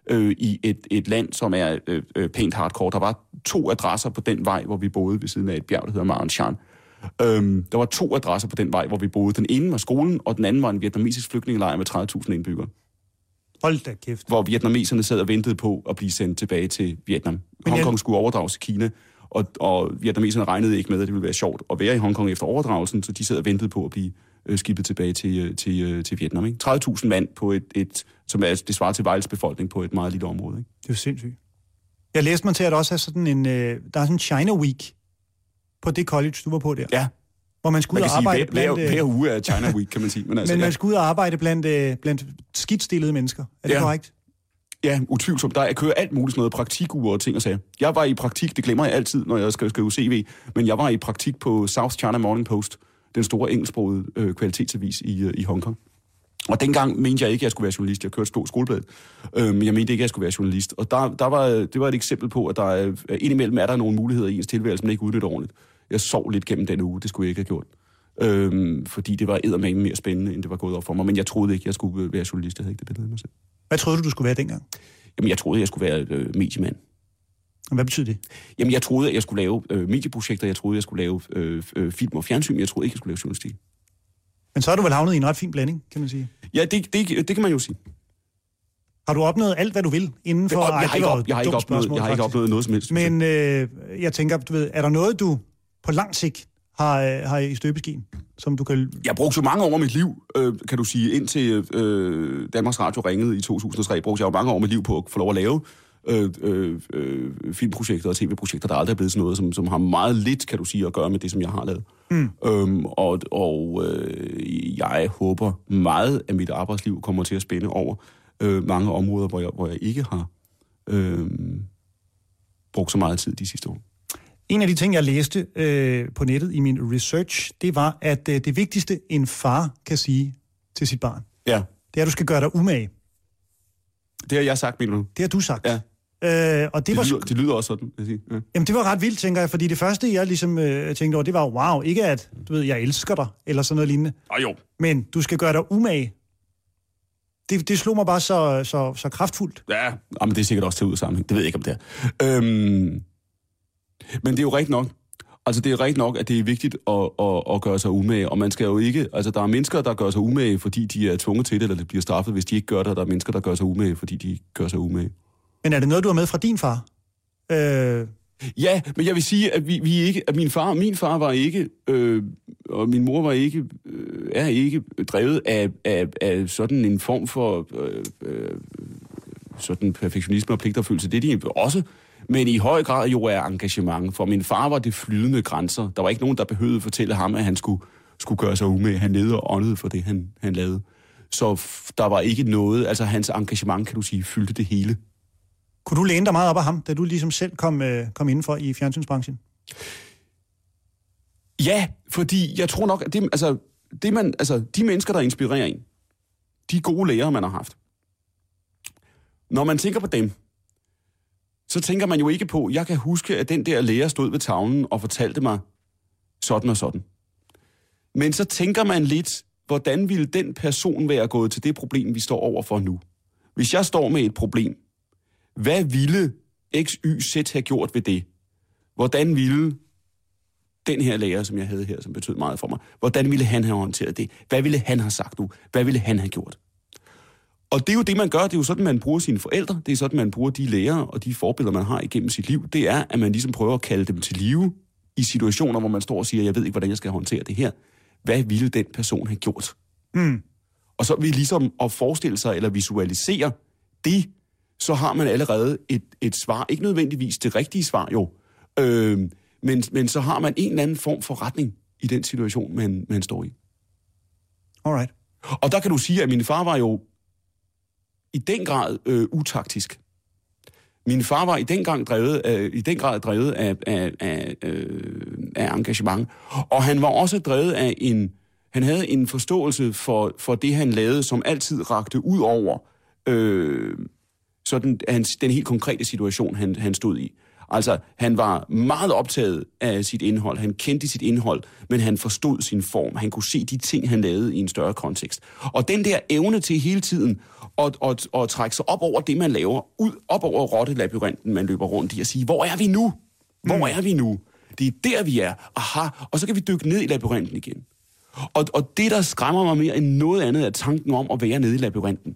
øh, i et, et land, som er øh, øh, pænt hardcore. Der var to adresser på den vej, hvor vi boede ved siden af et bjerg, der hedder Maranchan. Øhm, der var to adresser på den vej, hvor vi boede. Den ene var skolen, og den anden var en vietnamesisk flygtningelejr med tredive tusind indbyggere. Hold da kæft. Hvor vietnameserne sad og ventede på at blive sendt tilbage til Vietnam. Hongkong jeg... skulle overdrages til Kina, og, og vietnameserne regnede ikke med, at det ville være sjovt at være i Hongkong efter overdragelsen, så de sad og ventede på at blive øh, skibet tilbage til, til, øh, til Vietnam. Ikke? tredive tusind mand, på et, et, som er det svarer til Vejles befolkning på et meget lille område. Ikke? Det er jo sindssygt. Jeg læste mig til, at der også er sådan en, øh, der er sådan en China Week på det college, du var på der. Ja. Hvor man skulle man ud og arbejde sige, hver, blandt... Hver uge er China Week, kan man sige. Men, altså, men man ja. skulle ud og arbejde blandt, blandt skidstillede mennesker. Er det ja. korrekt? Ja, utvivlsomt. Der jeg kører alt muligt sådan noget praktikuger og ting og sager. Jeg var i praktik, det glemmer jeg altid, når jeg skal skrive C V, men jeg var i praktik på South China Morning Post, den store engelsksprogede øh, kvalitetsavis i, øh, i Hongkong. Og dengang mente jeg ikke, at jeg skulle være journalist. Jeg kørte stort skoleblad, øh, men jeg mente ikke, at jeg skulle være journalist. Og der, der var, det var et eksempel på, at der indimellem er der nogle muligheder i ens tilværelse, man ikke udnytter ordentligt. Jeg sov lidt gennem den uge, det skulle jeg ikke have gjort. Øhm, fordi det var eddermame mere spændende, end det var gået op for mig. Men jeg troede ikke, jeg skulle være journalist. Jeg havde ikke det billede af mig selv. Hvad troede du, du skulle være dengang? Jamen, jeg troede, jeg skulle være øh, mediemand. Hvad betyder det? Jamen, jeg troede, at jeg skulle lave øh, medieprojekter. Jeg troede, jeg skulle lave øh, øh, film og fjernsyn. Jeg troede ikke, jeg skulle lave journalistik. Men så har du vel havnet i en ret fin blanding, kan man sige? Ja, det, det, det kan man jo sige. Har du opnået alt, hvad du vil inden for... Jeg, jeg, har, ikke op, jeg har ikke opnået, jeg har ikke opnået noget som helst. Men øh, jeg tænker, du ved, er der noget, du på lang sigt har, har i støbeskeen, som du kan... Jeg brugte så mange år af mit liv, øh, kan du sige, indtil øh, Danmarks Radio ringede i to tusind og tre, brugte jeg jo mange år af mit liv på at få lov at lave øh, øh, øh, filmprojekter og tv-projekter, der aldrig er blevet sådan noget, som, som har meget lidt, kan du sige, at gøre med det, som jeg har lavet. Mm. Øhm, og og øh, jeg håber meget, at mit arbejdsliv kommer til at spænde over øh, mange områder, hvor jeg, hvor jeg ikke har øh, brugt så meget tid de sidste år. En af de ting, jeg læste øh, på nettet i min research, det var, at øh, det vigtigste, en far kan sige til sit barn, ja. det er, at du skal gøre dig umage. Det har jeg sagt, mener du? Det har du sagt. Ja. Øh, og det, det, var, lyder, det lyder også sådan, jeg siger. Ja. Jamen, det var ret vildt, tænker jeg, fordi det første, jeg ligesom øh, tænkte over, det var, wow, ikke at, du ved, jeg elsker dig, eller sådan noget lignende. Ah, jo. Men du skal gøre dig umage. Det, det slog mig bare så, så, så kraftfuldt. Ja, men det er sikkert også til ud af sammenhæng. Det ved jeg ikke, om det er. Øhm, men det er jo rigtigt nok. Altså, det er rigtigt nok, at det er vigtigt at, at, at gøre sig umage, og man skal jo ikke... Altså, der er mennesker, der gør sig umage, fordi de er tvunget til det, eller det bliver straffet, hvis de ikke gør det, og der er mennesker, der gør sig umage, fordi de gør sig umage. Men er det noget, du har med fra din far? Øh... Ja, men jeg vil sige, at, vi, vi ikke, at min far min far var ikke, øh, og min mor var ikke, øh, er ikke drevet af, af, af sådan en form for øh, øh, sådan perfektionisme og pligtopfyldelse. Det er de også, men i høj grad jo er engagement. For min far var det flydende grænser. Der var ikke nogen, der behøvede at fortælle ham, at han skulle, skulle gøre sig umage. Han levede og åndede for det, han, han lavede. Så f- der var ikke noget, altså hans engagement, kan du sige, fyldte det hele. Kunne du læne dig meget op af ham, da du ligesom selv kom, øh, kom indenfor i fjernsynsbranchen? Ja, fordi jeg tror nok, at det, altså, det man, altså, de mennesker, der inspirerer en, de gode lærere, man har haft. Når man tænker på dem, så tænker man jo ikke på, jeg kan huske, at den der lærer stod ved tavlen og fortalte mig sådan og sådan. Men så tænker man lidt, hvordan ville den person være gået til det problem, vi står overfor nu? Hvis jeg står med et problem, hvad ville X Y Z have gjort ved det? Hvordan ville den her lærer, som jeg havde her, som betød meget for mig, hvordan ville han have håndteret det? Hvad ville han have sagt nu? Hvad ville han have gjort? Og det er jo det, man gør. Det er jo sådan, man bruger sine forældre. Det er sådan, man bruger de lærere og de forbilleder, man har igennem sit liv. Det er, at man ligesom prøver at kalde dem til live i situationer, hvor man står og siger, jeg ved ikke, hvordan jeg skal håndtere det her. Hvad ville den person have gjort? Mm. Og så vil ligesom at forestille sig eller visualisere det, så har man allerede et, et svar. Ikke nødvendigvis det rigtige svar, jo. Øh, men, men så har man en eller anden form for retning i den situation, man, man står i. Alright. Og der kan du sige, at min far var jo i den grad øh, utaktisk. Min far var i den, gang drevet, øh, i den grad drevet af, af, af, øh, af engagement. Og han var også drevet af en... Han havde en forståelse for, for det, han lavede, som altid rakte ud over... Øh, sådan hans, den helt konkrete situation, han, han stod i. Altså, han var meget optaget af sit indhold. Han kendte sit indhold, men han forstod sin form. Han kunne se de ting, han lavede i en større kontekst. Og den der evne til hele tiden at, at, at trække sig op over det, man laver, ud op over rottelabyrinten, man løber rundt i, og sige, hvor er vi nu? Hvor mm. er vi nu? Det er der, vi er. Aha, og så kan vi dykke ned i labyrinten igen. Og, og det, der skræmmer mig mere end noget andet, er tanken om at være nede i labyrinten.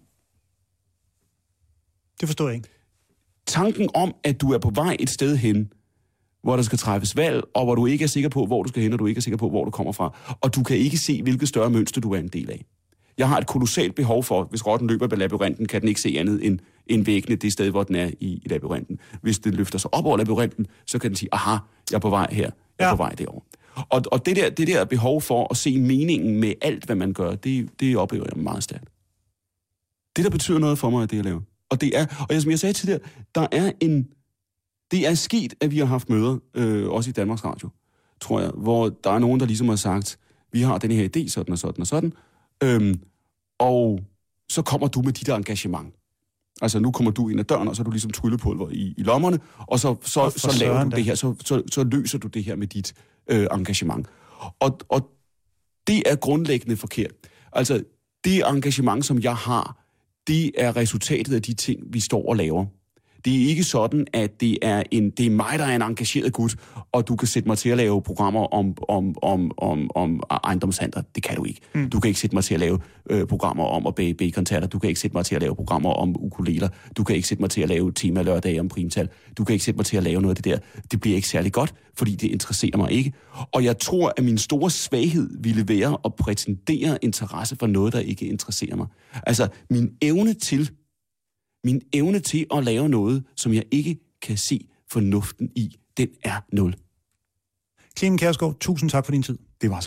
Det forstår jeg ikke. Tanken om, at du er på vej et sted hen, hvor der skal træffes valg, og hvor du ikke er sikker på, hvor du skal hen, og du ikke er sikker på, hvor du kommer fra. Og du kan ikke se, hvilket større mønster du er en del af. Jeg har et kolossalt behov for, hvis rotten løber på labyrinten, kan den ikke se andet end, end væggene det sted, hvor den er i, i labyrinten. Hvis den løfter sig op over labyrinten, så kan den sige, aha, jeg er på vej her, jeg er ja. på vej derover. Og, og det, der, det der behov for at se meningen med alt, hvad man gør, det, det oplever jeg meget stærkt. Det, der betyder noget for mig, er det, jeg laver. Og det er, og som jeg sagde tidligere, der er en, det er sket, at vi har haft møder, øh, også i Danmarks Radio, tror jeg, hvor der er nogen, der ligesom har sagt, vi har den her idé, sådan og sådan og sådan, øhm, og så kommer du med dit engagement. Altså, nu kommer du ind ad døren, og så er du ligesom tryllepulver i, i lommerne, og så, så, og så laver du det her, så, så, så løser du det her med dit øh, engagement. Og, og det er grundlæggende forkert. Altså, det engagement, som jeg har, det er resultatet af de ting, vi står og laver. Det er ikke sådan, at det er, en, det er mig, der er en engageret gut, og du kan sætte mig til at lave programmer om, om, om, om, om ejendomshandler. Det kan du ikke. Mm. Du kan ikke sætte mig til at lave øh, programmer om at bage baconterter. Du kan ikke sætte mig til at lave programmer om ukuleler. Du kan ikke sætte mig til at lave tema lørdage om primtal. Du kan ikke sætte mig til at lave noget af det der. Det bliver ikke særlig godt, fordi det interesserer mig ikke. Og jeg tror, at min store svaghed ville være at prætendere interesse for noget, der ikke interesserer mig. Altså, min evne til Min evne til at lave noget, som jeg ikke kan se fornuften i, den er nul. Clemen Kjærsgaard, tusind tak for din tid. Det var så.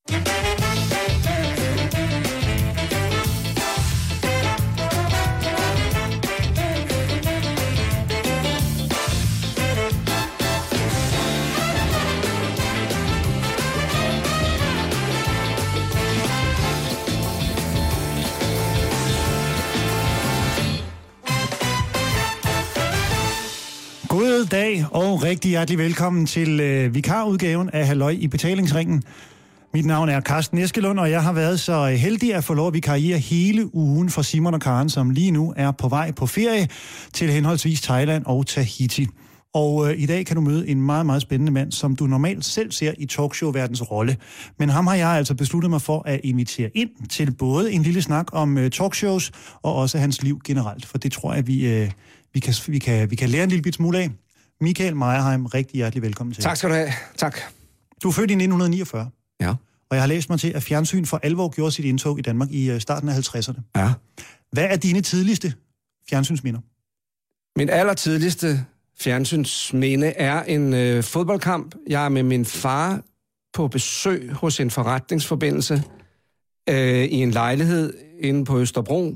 God dag og rigtig hjertelig velkommen til øh, vikarudgaven af Halløj i Betalingsringen. Mit navn er Carsten Eskelund, og jeg har været så heldig at få lov at vikariere hele ugen for Simon og Karen, som lige nu er på vej på ferie til henholdsvis Thailand og Tahiti. Og øh, i dag kan du møde en meget, meget spændende mand, som du normalt selv ser i talkshow-verdens rolle. Men ham har jeg altså besluttet mig for at invitere ind til både en lille snak om øh, talkshows og også hans liv generelt. For det tror jeg, vi, øh, vi, kan, vi, kan, vi kan lære en lille bit smule af. Michael Meyerheim, rigtig hjertelig velkommen til. Tak skal du have. Tak. Du er født i nitten niogfyrre. Ja. Og jeg har læst mig til, at fjernsyn for alvor gjorde sit indtog i Danmark i starten af halvtredserne. Ja. Hvad er dine tidligste fjernsynsminder? Min allertidligste fjernsynsminde er en øh, fodboldkamp. Jeg er med min far på besøg hos en forretningsforbindelse øh, i en lejlighed inde på Østerbro.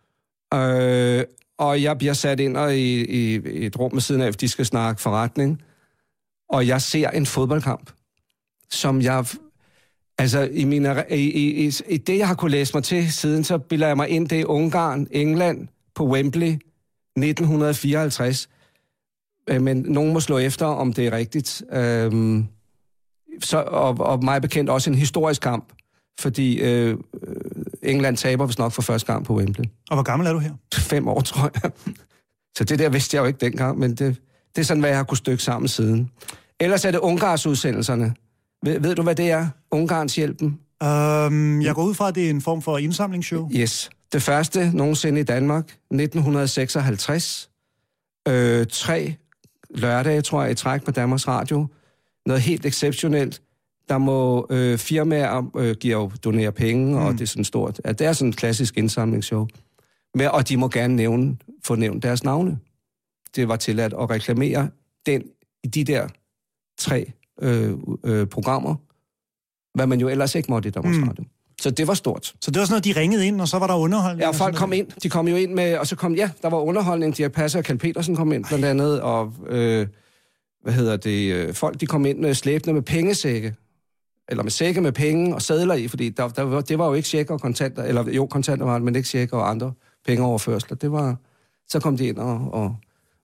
Øh, og jeg bliver sat ind og i, i, i et rum med siden af, de skal snakke forretning. Og jeg ser en fodboldkamp, som jeg... Altså, i, mine, i, i, i det, jeg har kunne læse mig til siden, så bilder jeg mig ind, det er Ungarn, England på Wembley, nitten fireoghalvtreds. Men nogen må slå efter, om det er rigtigt. Øhm, så, og, og mig bekendt også en historisk kamp, fordi øh, England taber vist nok for første gang på Wembley. Og hvor gammel er du her? Fem år, tror jeg. Så det der vidste jeg jo ikke dengang, men det, det er sådan, hvad jeg har kunnet stykke sammen siden. Ellers er det Ungars udsendelserne. Ved, ved du, hvad det er? Ungarns hjælpen? Um, jeg går ud fra, at det er en form for indsamlingsshow. Yes. Det første nogensinde i Danmark, nitten seksoghalvtreds. Øh, tre lørdage, tror jeg, i træk på Danmarks Radio. Noget helt exceptionelt. Der må øh, firmaer øh, give og donere penge, mm. og det er sådan stort. Ja, det er sådan en klassisk indsamlingsshow. Men, og de må gerne nævne, få nævnt deres navne. Det var tilladt at reklamere den i de der tre øh, øh, programmer, hvad man jo ellers ikke måtte i Danmarks mm. Radio. Så det var stort. Så det var sådan noget, de ringede ind, og så var der underholdning? Ja, og folk kom ind. De kom jo ind med, og så kom, ja, der var underholdning. Dirch Passer og Kjeld Petersen kom ind, blandt andet, og, øh, hvad hedder det, øh, folk, de kom ind med slæbende med pengesække, eller med sække med penge og sedler i, fordi der, der, det var jo ikke checker og kontanter, eller jo, kontanter var det, men ikke checker og andre pengeoverførsler. Det var, så kom de ind og, og,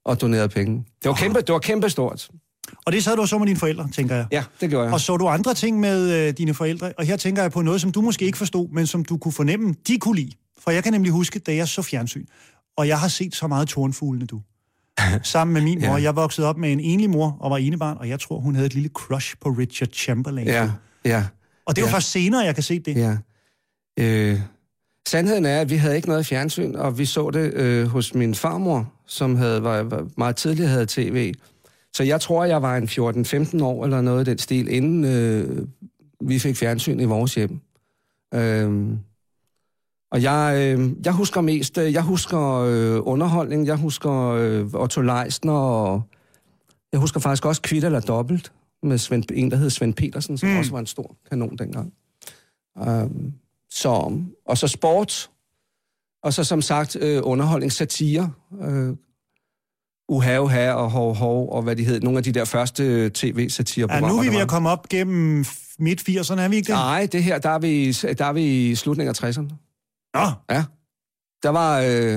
og donerede penge. Det var kæmpe, det var kæmpe stort. Og det sad du så med dine forældre, tænker jeg. Ja, det gjorde jeg. Og så du andre ting med øh, dine forældre, og her tænker jeg på noget, som du måske ikke forstod, men som du kunne fornemme, de kunne lide. For jeg kan nemlig huske, da jeg så fjernsyn, og jeg har set så meget Tornfuglene, du. Sammen med min mor. Ja. Jeg voksede op med en enlig mor og var enebarn, og jeg tror, hun havde et lille crush på Richard Chamberlain. Ja, ja. Og det var ja. først senere, jeg kan se det. Ja. Øh, sandheden er, at vi havde ikke noget fjernsyn, og vi så det øh, hos min farmor, som havde, var, var meget tidligere havde tv. Så jeg tror, jeg var en fjorten femten år eller noget i den stil, inden øh, vi fik fjernsyn i vores hjem. Øh, og jeg, øh, jeg husker mest, jeg husker øh, underholdning, jeg husker øh, Otto Leisner, og jeg husker faktisk også Kvit eller Dobbelt, med Svend, en, der hed Svend Petersen, som mm. også var en stor kanon dengang. Øh, så, og så sport, og så som sagt øh, underholdning, satire, øh, Uha, uha og hov, hov, og hvad de hed. Nogle af de der første tv-satireprogrammer. Ja, nu er vi ved at komme op gennem midt firserne, er vi ikke det? Nej, det her, der er vi, der er vi i slutningen af tresserne. Nå. Ja. Der var, øh,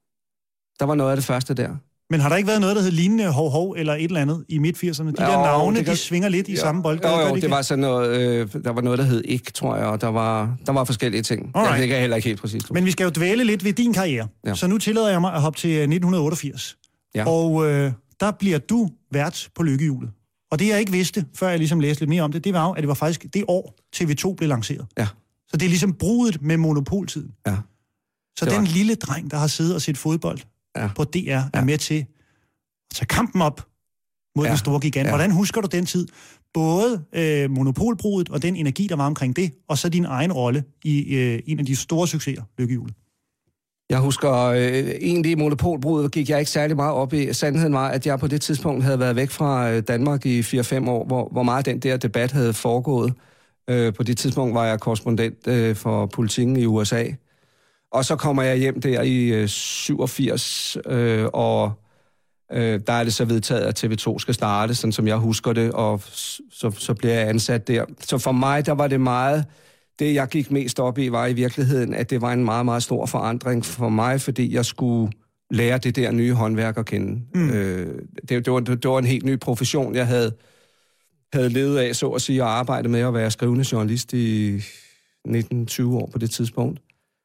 der var noget af det første der. Men har der ikke været noget, der hed lignende hov, hov eller et eller andet i midt firserne? De jo, der navne, kan... de svinger lidt i jo. samme bold. Jo, jo, det, det, det var sådan noget, øh, der var noget, der hed ikke, tror jeg, og der var, der var forskellige ting. Alright. Det kan jeg heller ikke helt præcis. Men vi skal jo dvæle lidt ved din karriere. Ja. Så nu tillader jeg mig at hoppe til nitten otteogfirs. Ja. Og øh, der bliver du vært på Lykkehjulet. Og det, jeg ikke vidste, før jeg ligesom læste lidt mere om det, det var jo, at det var faktisk det år, T V to blev lanceret. Ja. Så det er ligesom brudet med monopoltiden. Ja. Så den lille dreng, der har siddet og set fodbold ja. på D R, er ja. med til at tage kampen op mod ja. den store gigant. Ja. Hvordan husker du den tid? Både øh, monopolbrudet og den energi, der var omkring det, og så din egen rolle i øh, en af de store succeser, Lykkehjulet. Jeg husker, øh, egentlig monopolbrudet gik jeg ikke særlig meget op i. Sandheden var, at jeg på det tidspunkt havde været væk fra øh, Danmark i fire fem år, hvor, hvor meget den der debat havde foregået. Øh, på det tidspunkt var jeg korrespondent øh, for Politiken i U S A. Og så kommer jeg hjem der i øh, syvogfirs, øh, og øh, der er det så vedtaget, at T V to skal starte, sådan som jeg husker det, og så, så bliver jeg ansat der. Så for mig, der var det meget... Det, jeg gik mest op i, var i virkeligheden, at det var en meget, meget stor forandring for mig, fordi jeg skulle lære det der nye håndværk at kende. Mm. Øh, det, det, var, det var en helt ny profession, jeg havde, havde levet af, så at sige, og arbejdet med at være skrivende journalist i nitten tyve år på det tidspunkt.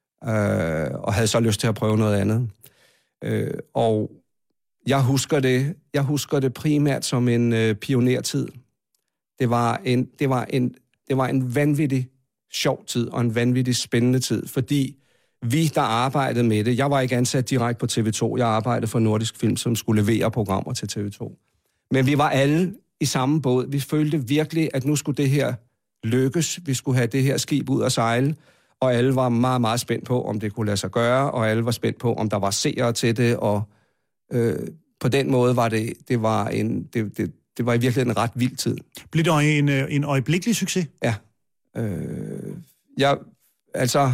Øh, og havde så lyst til at prøve noget andet. Øh, og jeg husker det, jeg husker det primært som en øh, pionertid. Det var en, det var en, det var en vanvittig sjov tid og en vanvittig spændende tid, fordi vi, der arbejdede med det, jeg var ikke ansat direkte på T V to, jeg arbejdede for Nordisk Film, som skulle levere programmer til T V to. Men vi var alle i samme båd. Vi følte virkelig, at nu skulle det her lykkes. Vi skulle have det her skib ud at sejle, og alle var meget, meget spændt på, om det kunne lade sig gøre, og alle var spændt på, om der var seere til det, og øh, på den måde var det, det var en, det, det, det var i virkeligheden en ret vild tid. Blev det en, en øjeblikkelig succes? Ja. Øh, jeg, altså,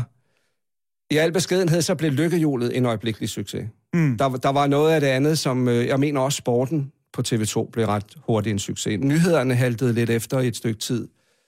i al beskedenhed, så blev Lykkehjulet en øjeblikkelig succes. Mm. Der, der var noget af det andet, som, øh, jeg mener også sporten på T V to blev ret hurtigt en succes. Nyhederne haltede lidt efter i et stykke tid.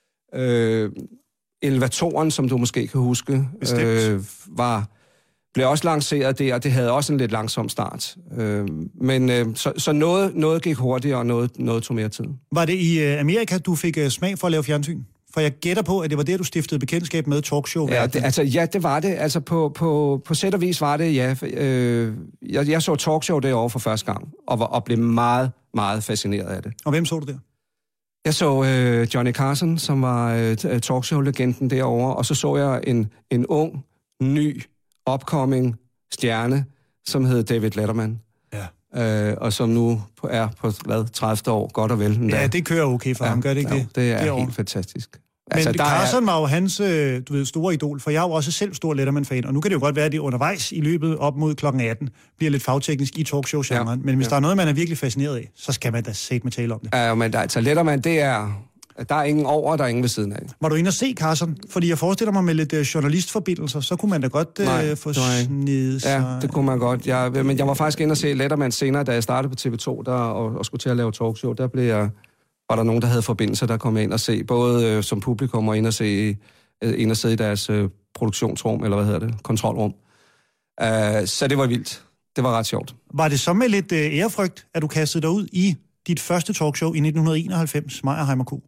Øh, Elevatoren, som du måske kan huske, øh, var, blev også lanceret der, og det havde også en lidt langsom start. Øh, men øh, så, så noget, noget gik hurtigere, og noget, noget tog mere tid. Var det i øh, Amerika, du fik øh, smag for at lave fjernsyn? For jeg gætter på, at det var der, du stiftede bekendtskab med talkshow. Ja, det, altså, ja, det var det. Altså, på, på, på sæt og vis var det, ja. Øh, jeg, jeg så talkshow derovre for første gang, og, var, og blev meget, meget fascineret af det. Og hvem så du der? Jeg så øh, Johnny Carson, som var øh, talkshow-legenden derovre, og så så jeg en, en ung, ny, upcoming stjerne, som hed David Letterman. Ja. Øh, og som nu er på hvad, tredive år, godt og vel. Ja, det kører okay for ja, ham, gør det ikke ja, det? det er derovre. Helt fantastisk. Men altså, Carson er... var jo hans du ved, store idol, for jeg er jo også selv stor Letterman-fan, og nu kan det jo godt være, at det undervejs i løbet op mod klokken atten bliver lidt fagteknisk i talkshow-genren, ja, men hvis ja. der er noget, man er virkelig fascineret af, så skal man da sæt med tale om det. Ja, men der, altså Letterman, det er... Der er ingen over, der er ingen ved siden af. Var du inde og se Carson? Fordi jeg forestiller mig med lidt uh, journalistforbindelser, så kunne man da godt uh, få snedet sig... Ja, det kunne man godt. Jeg, men jeg var faktisk inde og se Letterman senere, da jeg startede på T V to der, og, og skulle til at lave talkshow. Der blev jeg, var der nogen, der havde forbindelser, der kom ind og se, både uh, som publikum og ind og, se, uh, ind og sidde i deres uh, produktionsrum, eller hvad hedder det, kontrolrum. Uh, så det var vildt. det var ret sjovt. Var det så med lidt øh, ærefrygt, at du kastede dig ud i dit første talkshow i nitten enoghalvfems, Meyerheim og Co?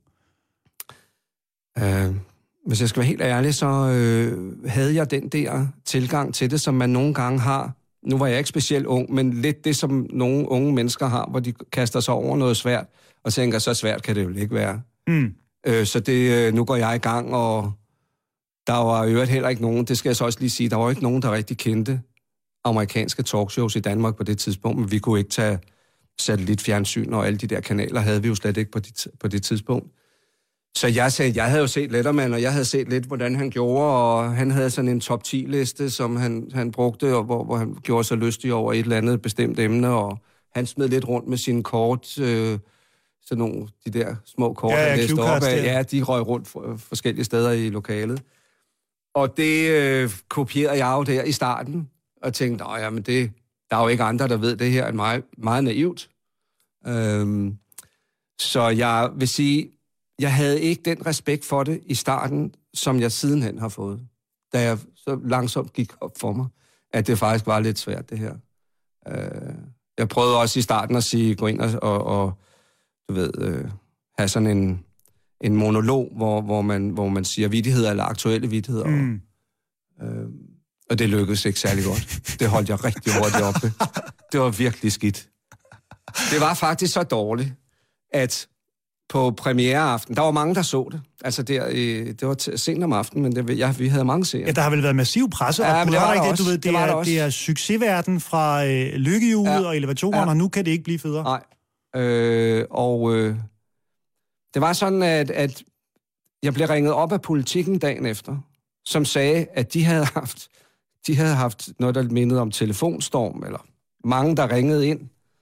Uh, hvis jeg skal være helt ærlig, så øh, havde jeg den der tilgang til det, som man nogle gange har. Nu var jeg ikke specielt ung, men lidt det, som nogle unge mennesker har, hvor de kaster sig over noget svært, og tænker, så svært kan det jo ikke være. Mm. Uh, så det, nu går jeg i gang, og der var i øvrigt heller ikke nogen, det skal jeg så også lige sige, der var ikke nogen, der rigtig kendte amerikanske talkshows i Danmark på det tidspunkt, men vi kunne ikke tage satellitfjernsyn, og alle de der kanaler havde vi jo slet ikke på det, på det tidspunkt. Så jeg sagde, jeg havde jo set Letterman, og jeg havde set lidt, hvordan han gjorde, og han havde sådan en top ti-liste, som han, han brugte, og hvor, hvor han gjorde sig lystig over et eller andet bestemt emne, og han smed lidt rundt med sine kort, øh, sådan nogle, de der små kort, ja, han læste op af. Ja. Ja, de røg rundt for, forskellige steder i lokalet. Og det øh, kopierede jeg jo der i starten, og tænkte, åh, jamen det, der er jo ikke andre, der ved det her, end mig. Meget naivt. Øhm, så jeg vil sige, jeg havde ikke den respekt for det i starten, som jeg sidenhen har fået. Da jeg så langsomt gik op for mig, at det faktisk var lidt svært, det her. Øh, jeg prøvede også i starten at sige, gå ind og, og, og du ved, øh, have sådan en, en monolog, hvor, hvor, man, hvor man siger vittigheder eller aktuelle vittigheder. Mm. Og, øh, og det lykkedes ikke særlig godt. Det holdt jeg rigtig hurtigt oppe. Det var virkelig skidt. Det var faktisk så dårligt, at på premiereaften, der var mange, der så det. Altså, der, det var sent om aftenen, men det, ja, vi havde mange seere. Ja, der har vel været massiv presse. Ja, men det var der det, også. Du ved, det, det, er, det er succesverden fra øh, lykkehjulet ja. og elevatoren, ja. og nu kan det ikke blive federe. Nej. Øh, og øh, det var sådan, at, at jeg blev ringet op af Politikken dagen efter, som sagde, at de havde haft, de havde haft noget, der mindede om telefonstorm, eller mange, der ringede ind,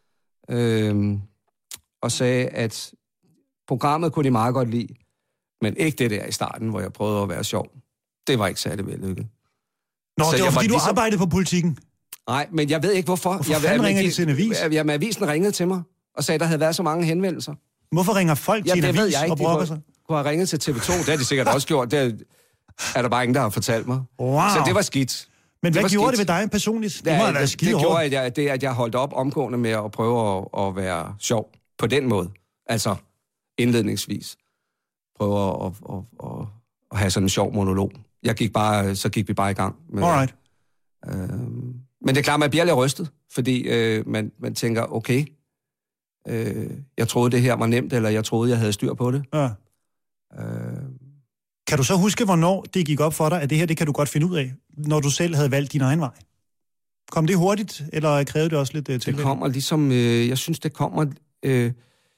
øh, og sagde, at programmet kunne de meget godt lide, men ikke det der i starten, hvor jeg prøvede at være sjov. Det var ikke særlig vellykket. Nå, så det var, fordi var ligesom... du arbejdede på Politikken? Nej, men jeg ved ikke, hvorfor. Hvorfor jeg, fanden jeg, ringer de til en avis? Jamen, avisen ringede til mig, og sagde, at der havde været så mange henvendelser. Hvorfor ringer folk til ja, en avis og brokker sig? De kunne have ringet til T V to, det har de sikkert også gjort. Det er der bare ingen, der har fortalt mig. Wow. Så det var skidt. Men det hvad gjorde skidt. det ved dig personligt? Det ja, må have været skide det gjorde, at jeg, det, at jeg holdt op omgående med at prøve at, at være sjov på den måde. Altså indledningsvis. Prøve at, at, at, at, at have sådan en sjov monolog. Jeg gik bare, så gik vi bare i gang. Med, Alright. Øh, men det er klart, man bliver lidt rystet, fordi øh, man, man tænker, okay, øh, jeg troede, det her var nemt, eller jeg troede, jeg havde styr på det. Ja. Øh, kan du så huske, hvornår det gik op for dig, at det her, det kan du godt finde ud af, når du selv havde valgt din egen vej? Kom det hurtigt, eller krævede det også lidt uh, til? Det kommer ligesom, øh, jeg synes, det kommer... Øh,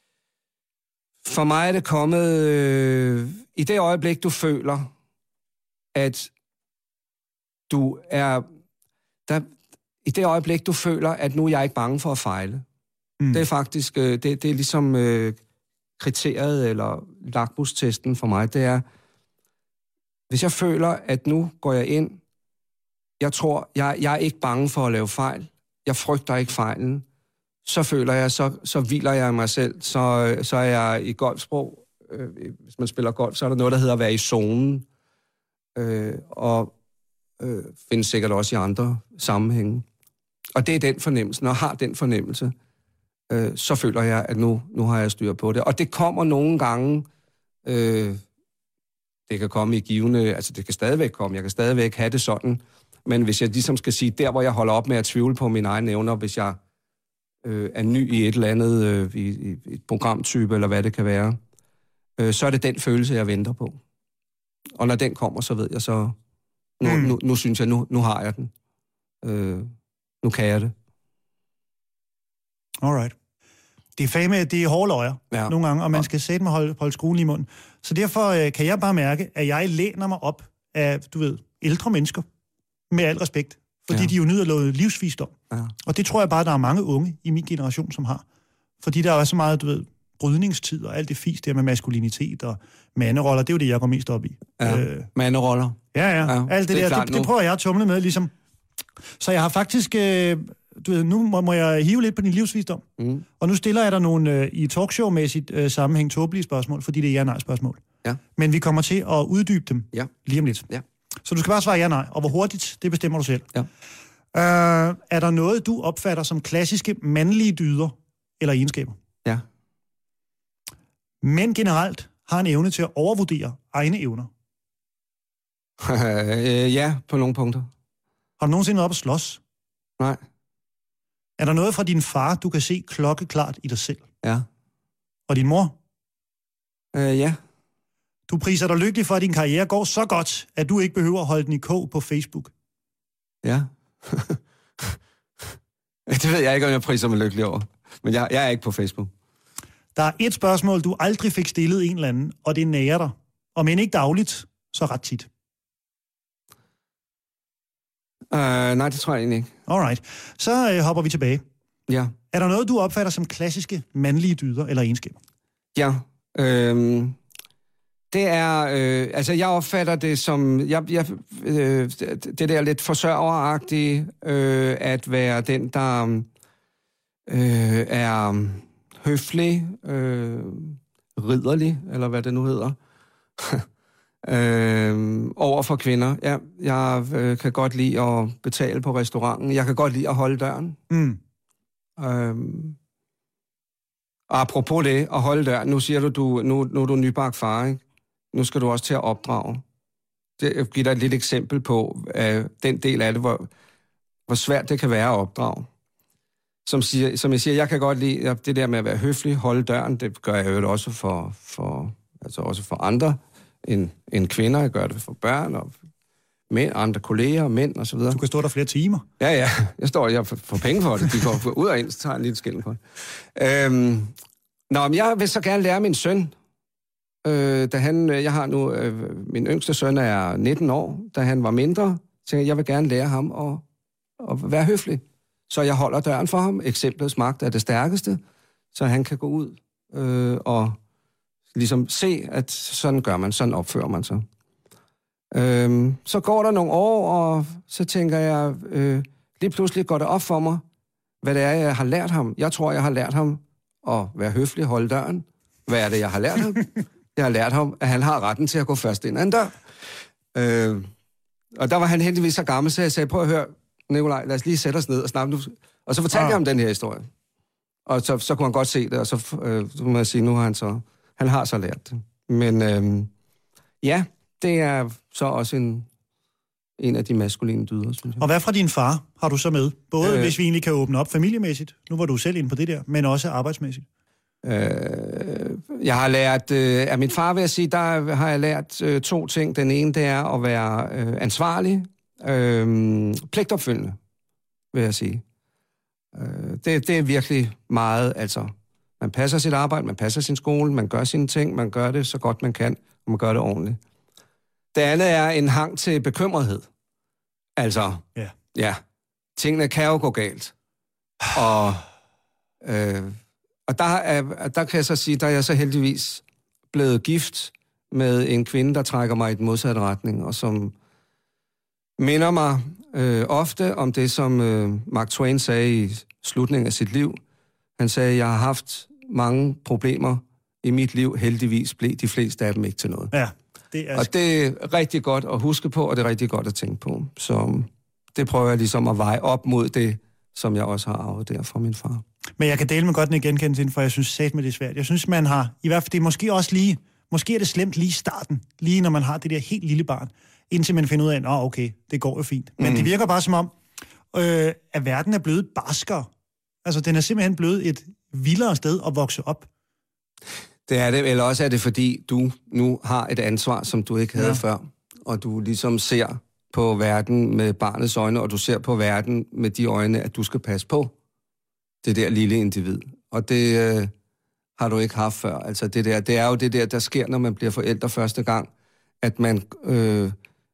for mig er det kommet... Øh, I det øjeblik, du føler, at du er... Der, I det øjeblik, du føler, at nu er jeg ikke bange for at fejle. Mm. Det er faktisk... Øh, det, det er ligesom øh, kriteriet, eller lakmustesten for mig, det er... Hvis jeg føler, at nu går jeg ind, jeg tror, jeg, jeg er ikke bange for at lave fejl, jeg frygter ikke fejlen, så føler jeg, så, så hviler jeg mig selv, så, så er jeg i golfsprog, øh, hvis man spiller golf, så er der noget, der hedder at være i zonen, øh, og øh, findes sikkert også i andre sammenhænge. Og det er den fornemmelse, når jeg har den fornemmelse, øh, så føler jeg, at nu, nu har jeg styr på det. Og det kommer nogle gange... Øh, Det kan komme i givende, altså det kan stadigvæk komme, jeg kan stadigvæk have det sådan, men hvis jeg ligesom skal sige, der hvor jeg holder op med at tvivle på mine egne evner, hvis jeg øh, er ny i et eller andet, øh, i, i et programtype, eller hvad det kan være, øh, så er det den følelse, jeg venter på. Og når den kommer, så ved jeg så, nu, mm. nu, nu synes jeg, nu, nu har jeg den. Øh, nu kan jeg det. Alright. Det er fame, det er hårde løjer ja. nogle gange, og man skal sætte mig holde, holde skruen i munden. Så derfor øh, kan jeg bare mærke, at jeg læner mig op af, du ved, ældre mennesker, med al respekt, fordi ja. de jo nyder noget livsvisdom. Ja. Og det tror jeg bare, der er mange unge i min generation, som har. Fordi der er så meget, du ved, brydningstid og alt det fisk der med maskulinitet og manderoller, det er jo det, jeg går mest op i. Ja, øh, manderoller. Ja, ja, ja, alt det, det der, det, det prøver jeg at tumle med, ligesom. Så jeg har faktisk... Øh, Du ved, nu må, må jeg hive lidt på din livsvisdom. Mm. Og nu stiller jeg dig nogle øh, i talkshow-mæssigt øh, sammenhæng tåbelige spørgsmål, fordi det er ja-nej-spørgsmål. Ja. Men vi kommer til at uddybe dem ja. lige om lidt. Ja. Så du skal bare svare ja-nej, og hvor hurtigt, det bestemmer du selv. Ja. er der noget, du opfatter som klassiske mandlige dyder eller egenskaber? Ja. Mænd generelt har en evne til at overvurdere egne evner. Ja, på nogle punkter. Har du nogensinde været op at slås? Nej. Er der noget fra din far, du kan se klokkeklart i dig selv? Ja. Og din mor? Øh, ja. Du priser dig lykkelig for, at din karriere går så godt, at du ikke behøver at holde den i kog på Facebook. Ja. Det ved jeg ikke, om jeg priser mig lykkelig over. Men jeg, jeg er ikke på Facebook. Der er et spørgsmål, du aldrig fik stillet en eller anden, og det nærer dig. Og men ikke dagligt, så ret tit. Uh, nej, det tror jeg egentlig ikke. Alright. Så øh, hopper vi tilbage. Ja. Er der noget, du opfatter som klassiske mandlige dyder eller egenskaber? Ja. Øhm, det er... Øh, altså, jeg opfatter det som... Jeg, jeg, øh, det der lidt forsørgeragtige, øh, at være den, der øh, er høflig, øh, ridderlig, eller hvad det nu hedder, øh, over for kvinder. Ja, jeg øh, kan godt lide at betale på restauranten. Jeg kan godt lide at holde døren. Mm. Øhm, og apropos det, at holde døren, nu siger du, du nu, nu er du nybagt far, ikke? Nu skal du også til at opdrage. Det, jeg giver dig et lille eksempel på øh, den del af det, hvor, hvor svært det kan være at opdrage. Som, siger, som jeg siger, jeg kan godt lide det der med at være høflig, holde døren, det gør jeg jo også for, for, altså også for andre end, end kvinder. Jeg gør det for børn og mænd, andre kolleger, mænd og så videre. Du kan stå der flere timer. Ja, ja. Jeg står jeg får penge for det. De går ud og ind, så tager en lille skilling for det. Øhm, nå, men jeg vil så gerne lære min søn. Øh, da han, jeg har nu, øh, min yngste søn er nitten år. Da han var mindre, så jeg, jeg vil gerne lære ham at, at være høflig. Så jeg holder døren for ham. Eksemplets magt er det stærkeste. Så han kan gå ud øh, og ligesom se, at sådan gør man, sådan opfører man sig. Øhm, så går der nogle år, og så tænker jeg, øh, lige pludselig går det op for mig, hvad det er, jeg har lært ham. Jeg tror, jeg har lært ham at være høflig, holde døren. Hvad er det, jeg har lært ham? Jeg har lært ham, at han har retten til at gå først ind ad en dør. Øh, og der var han heldigvis så gammel, så jeg sagde, prøv at høre, Nikolaj, lad os lige sætte os ned og snakke nu. Og så fortalte ah. jeg ham den her historie. Og så, så kunne han godt se det, og så, øh, så må jeg sige, nu har han så, han har så lært det. Men øh, ja, det er så også en, en af de maskuline dyder, synes jeg. Og hvad fra din far har du så med? Både øh, hvis vi egentlig kan åbne op familiemæssigt, nu var du selv inde på det der, men også arbejdsmæssigt. Øh, jeg har lært, øh, af min far vil jeg sige, der har jeg lært øh, to ting. Den ene, det er at være øh, ansvarlig, øh, pligtopfyldende, vil jeg sige. Øh, det, det er virkelig meget, altså, man passer sit arbejde, man passer sin skole, man gør sine ting, man gør det så godt man kan, og man gør det ordentligt. Det andet er en hang til bekymrethed. Altså, ja, ja tingene kan jo gå galt. Og, øh, og der, er, der kan jeg så sige, der er jeg så heldigvis blevet gift med en kvinde, der trækker mig i den modsatte retning, og som minder mig øh, ofte om det, som øh, Mark Twain sagde i slutningen af sit liv. Han sagde, jeg har haft mange problemer i mit liv, heldigvis blev de fleste af dem ikke til noget. Ja. Det er... Og det er rigtig godt at huske på, og det er rigtig godt at tænke på. Så det prøver jeg ligesom at veje op mod det, som jeg også har arvet der fra min far. Men jeg kan dele med godt en genkendelse ind, for jeg synes sat med det er svært. Jeg synes, man har, i hvert fald det er måske også lige, måske er det slemt lige i starten, lige når man har det der helt lille barn, indtil man finder ud af, at oh, okay, det går jo fint. Men mm. det virker bare som om, øh, at verden er blevet barskere. Altså, den er simpelthen blevet et vildere sted at vokse op. Det er det, eller også er det, fordi du nu har et ansvar, som du ikke havde ja. før, og du ligesom ser på verden med barnets øjne, og du ser på verden med de øjne, at du skal passe på det der lille individ. Og det øh, har du ikke haft før. Altså det der, det er jo det der, der sker, når man bliver forældre første gang, at man, øh,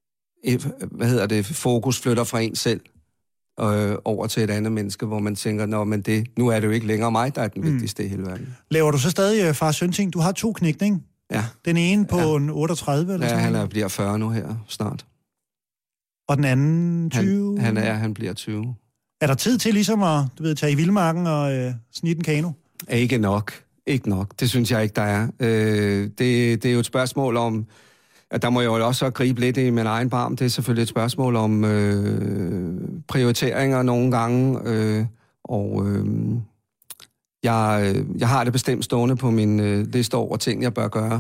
hvad hedder det, fokus flytter fra en selv øh, over til et andet menneske, hvor man tænker, nå, men det, nu er det jo ikke længere mig, der er den mm. vigtigste i hele verden. Laver du så stadig uh, far-søn-ting? Du har to knægte, ikke? Ja. Den ene på ja. en otteogtredive eller ja, sådan han er, bliver fyrre nu her snart. Og den anden tyve? Han, han er, han bliver tyve. Er der tid til ligesom at, du ved, tage i vildmarken og øh, snitte en kano? Ikke nok. Ikke nok. Det synes jeg ikke, der er. Øh, det, det er jo et spørgsmål om, der må jeg jo også gribe lidt i min egen barm. Det er selvfølgelig et spørgsmål om øh, prioriteringer nogle gange, øh, og øh, jeg, jeg har det bestemt stående på min øh, liste over ting, jeg bør gøre.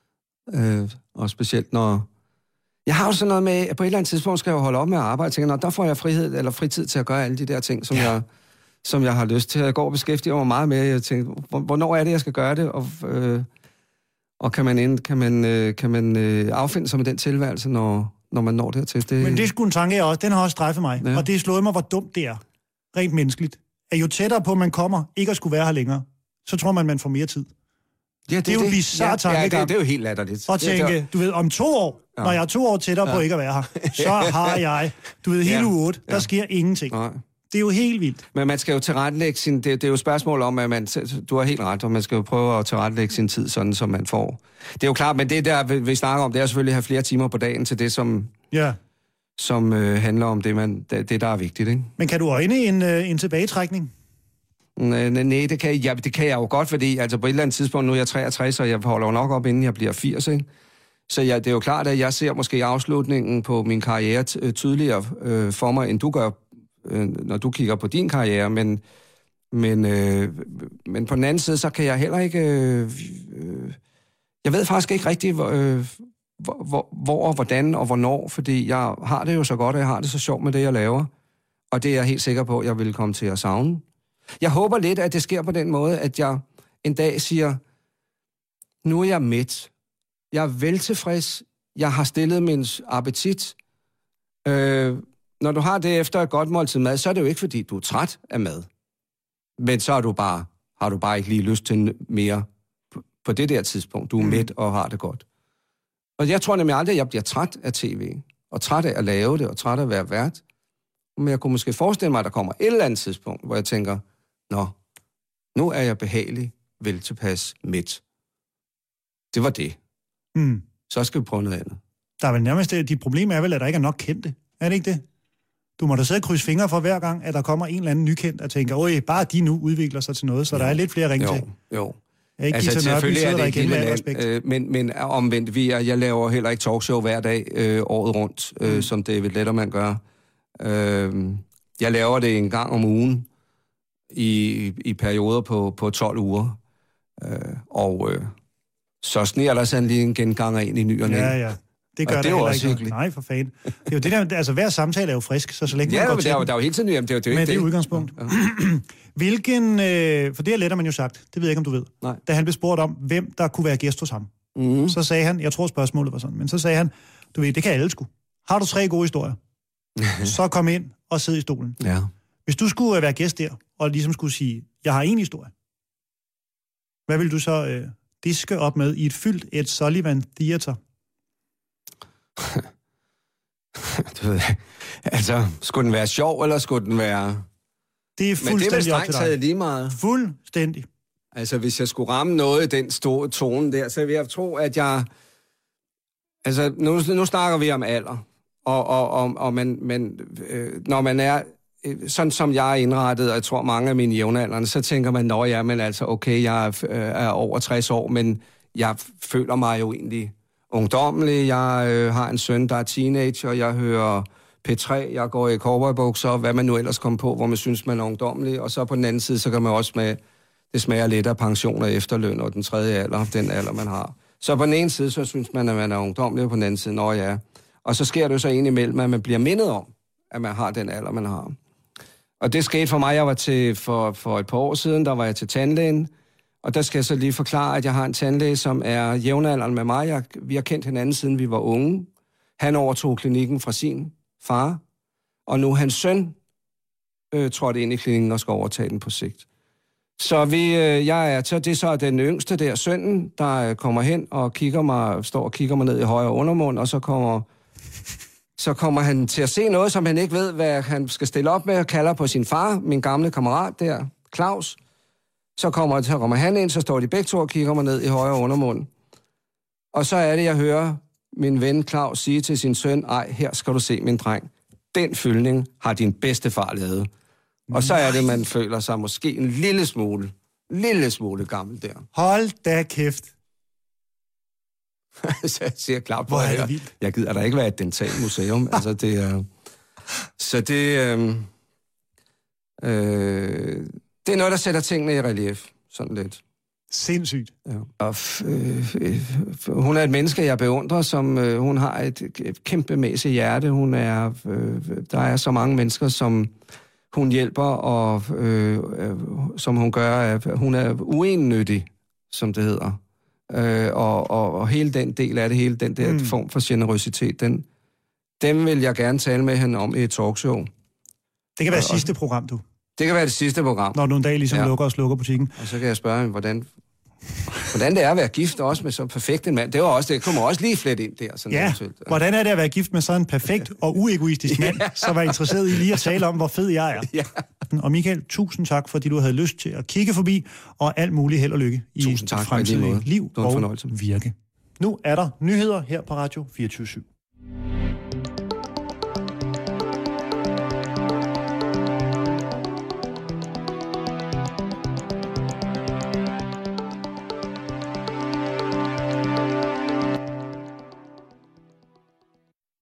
Øh, og specielt når... Jeg har jo sådan noget med, at på et eller andet tidspunkt skal jeg holde op med at arbejde. Jeg tænker, der får jeg frihed eller fritid til at gøre alle de der ting, som, ja. jeg, som jeg har lyst til. Jeg går og beskæftiger mig meget med. Jeg tænker, hvornår er det, jeg skal gøre det? Og, øh, og kan man, ind, kan man, øh, kan man øh, affinde sig med den tilværelse, når, når man når dertil? Det... Men det er sgu en tanke, jeg også. Den har også strejfet mig. Ja. Og det er slået mig, hvor dumt det er. Rent menneskeligt. At jo tættere på, man kommer, ikke at skulle være her længere, så tror man, man får mere tid. Ja, det, det er jo en bizarre ja, tankegang. Ja, det, det er jo helt latterligt. Og tænke, du ved, om to år, ja. når jeg er to år tættere ja. på ikke at være her, så har jeg, du ved, hele ja. uge otte, der ja. sker ingenting. Nej. Det er jo helt vildt. Men man skal jo tilrettelægge sin... Det, det er jo et spørgsmål om, at man... Du har helt ret, og man skal jo prøve at tilrettelægge sin tid, sådan som man får. Det er jo klart, men det der, vi snakker om, det er selvfølgelig at have flere timer på dagen til det, som... Ja. Som øh, handler om det, man, det, det, der er vigtigt, ikke? Men kan du øjne en, øh, en tilbagetrækning? Nej, nej, det kan, ja, det kan jeg jo godt, fordi altså på et eller andet tidspunkt, nu er jeg treogtres, og jeg holder jo nok op, inden jeg bliver firs, ikke? Så ja, det er jo klart, at jeg ser måske afslutningen på min karriere t- tydeligere øh, for mig, end du gør, øh, når du kigger på din karriere, men, men, øh, men på den anden side, så kan jeg heller ikke... Øh, øh, jeg ved faktisk ikke rigtigt, øh, hvor, hvor, hvor, hvordan og hvornår, fordi jeg har det jo så godt, og jeg har det så sjovt med det, jeg laver, og det er jeg helt sikker på, at jeg vil komme til at savne. Jeg håber lidt, at det sker på den måde, at jeg en dag siger, nu er jeg mæt. Jeg er veltilfreds. Jeg har stillet min appetit. Øh, når du har det efter et godt måltid mad, så er det jo ikke, fordi du er træt af mad. Men så har du bare, har du bare ikke lige lyst til mere på, på det der tidspunkt. Du er mm. mæt og har det godt. Og jeg tror nemlig aldrig, at jeg bliver træt af tv. Og træt af at lave det, og træt af at være vært. Men jeg kunne måske forestille mig, at der kommer et eller andet tidspunkt, hvor jeg tænker, nå, nu er jeg behagelig, vel tilpas, midt. Det var det. Mm. Så skal vi prøve noget andet. Der er vel nærmest, dit problem er vel, at der ikke er nok kendte. Er det ikke det? Du må da sidde og krydse fingre for hver gang, at der kommer en eller anden nykendt og tænker, åh, bare de nu udvikler sig til noget, så jo. Der er lidt flere ringe jo, til. Jo, Jeg ikke altså, selvfølgelig er det ikke lille land, øh, men, men omvendt, vi er, jeg laver heller ikke talkshow hver dag, øh, året rundt, øh, mm. som David Letterman gør. Øh, jeg laver det en gang om ugen, i, i perioder på, på tolv uger. Øh, og øh, så sniger der sådan lige en genganger ind i ny og næ. Ja, ja. Det gør og det er heller ikke. Hyggeligt. Nej, for fanden. Det er jo det der, altså hver samtale er jo frisk, så så længe ja, man går men til der, er jo, der er jo helt til nyt, det er jo, det er jo med ikke det udgangspunkt. Ja. Hvilken, øh, for det har Letterman jo sagt, det ved jeg ikke, om du ved. Nej. Da han blev spurgt om, hvem der kunne være gæst hos ham, mm. så sagde han, jeg tror spørgsmålet var sådan, men så sagde han, du ved, det kan alle sgu. Har du tre gode historier, så kom ind og sid i stolen. Ja. Hvis du skulle være gæst der, og ligesom skulle sige, jeg har en historie, hvad vil du så øh, diske op med i et fyldt Ed Sullivan Theater? Du ved, altså, skulle den være sjov, eller skulle den være... Det er fuldstændig op til dig. Lige meget. Fuldstændig. Altså, hvis jeg skulle ramme noget i den store tone der, så vil jeg tro, at jeg... Altså, nu, nu snakker vi om alder. Og, og, og, og man, man, øh, når man er... Sådan som jeg er indrettet, og jeg tror mange af mine jævnaldrende, så tænker man, nå ja, men altså, okay, jeg er, øh, er over tres år, men jeg føler mig jo egentlig ungdommelig. Jeg øh, har en søn, der er teenager, jeg hører P tre, jeg går i cowboybukser, hvad man nu ellers kommer på, hvor man synes, man er ungdommelig. Og så på den anden side, så kan man også med, det smager lidt af pension og efterløn, og den tredje alder, den alder, man har. Så på den ene side, så synes man, at man er ungdommelig, og på den anden side, nå ja. Og så sker det jo så indimellem, at man bliver mindet om, at man har den alder, man har. Og det skete for mig, jeg var til for, for et par år siden, der var jeg til tandlægen, og der skal jeg så lige forklare, at jeg har en tandlæge, som er jævnaldrende med mig. Jeg, vi har kendt hinanden, siden vi var unge. Han overtog klinikken fra sin far, og nu hans søn øh, trådte ind i klinikken og skal overtage den på sigt. Så vi, øh, jeg er, så det er så den yngste der, sønnen, der kommer hen og kigger mig, står og kigger mig ned i højre undermund, og så kommer... Så kommer han til at se noget, som han ikke ved, hvad han skal stille op med, og kalder på sin far, min gamle kammerat der, Claus. Så kommer, så kommer han ind, så står de begge to og kigger mig ned i højre undermund. Og så er det, jeg hører min ven Claus sige til sin søn, ej, her skal du se, min dreng. Den fyldning har din bedstefar lavet. Og så er det, man føler sig måske en lille smule, lille smule gammel der. Hold da kæft. Så jeg siger klart på, Hvor er det jeg, vildt. jeg gider da ikke være et dentalmuseum. altså, det er... Så det... Øh, øh, det er noget, der sætter tingene i relief. Sådan lidt. Sindssygt. Ja. Og f- øh, øh, hun er et menneske, jeg beundrer, som øh, hun har et, et kæmpemæssigt hjerte. Hun er, øh, der er så mange mennesker, som hun hjælper, og øh, øh, som hun gør, at hun er uennyttig, som det hedder. Øh, og, og, og hele den del af det, hele den der mm. form for generøsitet, den, den vil jeg gerne tale med hende om i et talkshow. Det kan være og, sidste program, du. Det kan være det sidste program. Når du en dag ligesom ja. lukker og slukker butikken. Og så kan jeg spørge hende, hvordan... Hvordan det er at være gift også med så perfekt en mand. Det var også, det kommer også lige flet ind der. Sådan ja, eventuelt. Hvordan er det at være gift med sådan en perfekt og uegoistisk mand, ja. så var interesseret i lige at tale om, hvor fed jeg er. Ja. Og Michael, tusind tak, fordi du havde lyst til at kigge forbi, og alt muligt held og lykke i tusind tak, fremtidige liv og virke. virke. Nu er der nyheder her på Radio fireogtyve syv.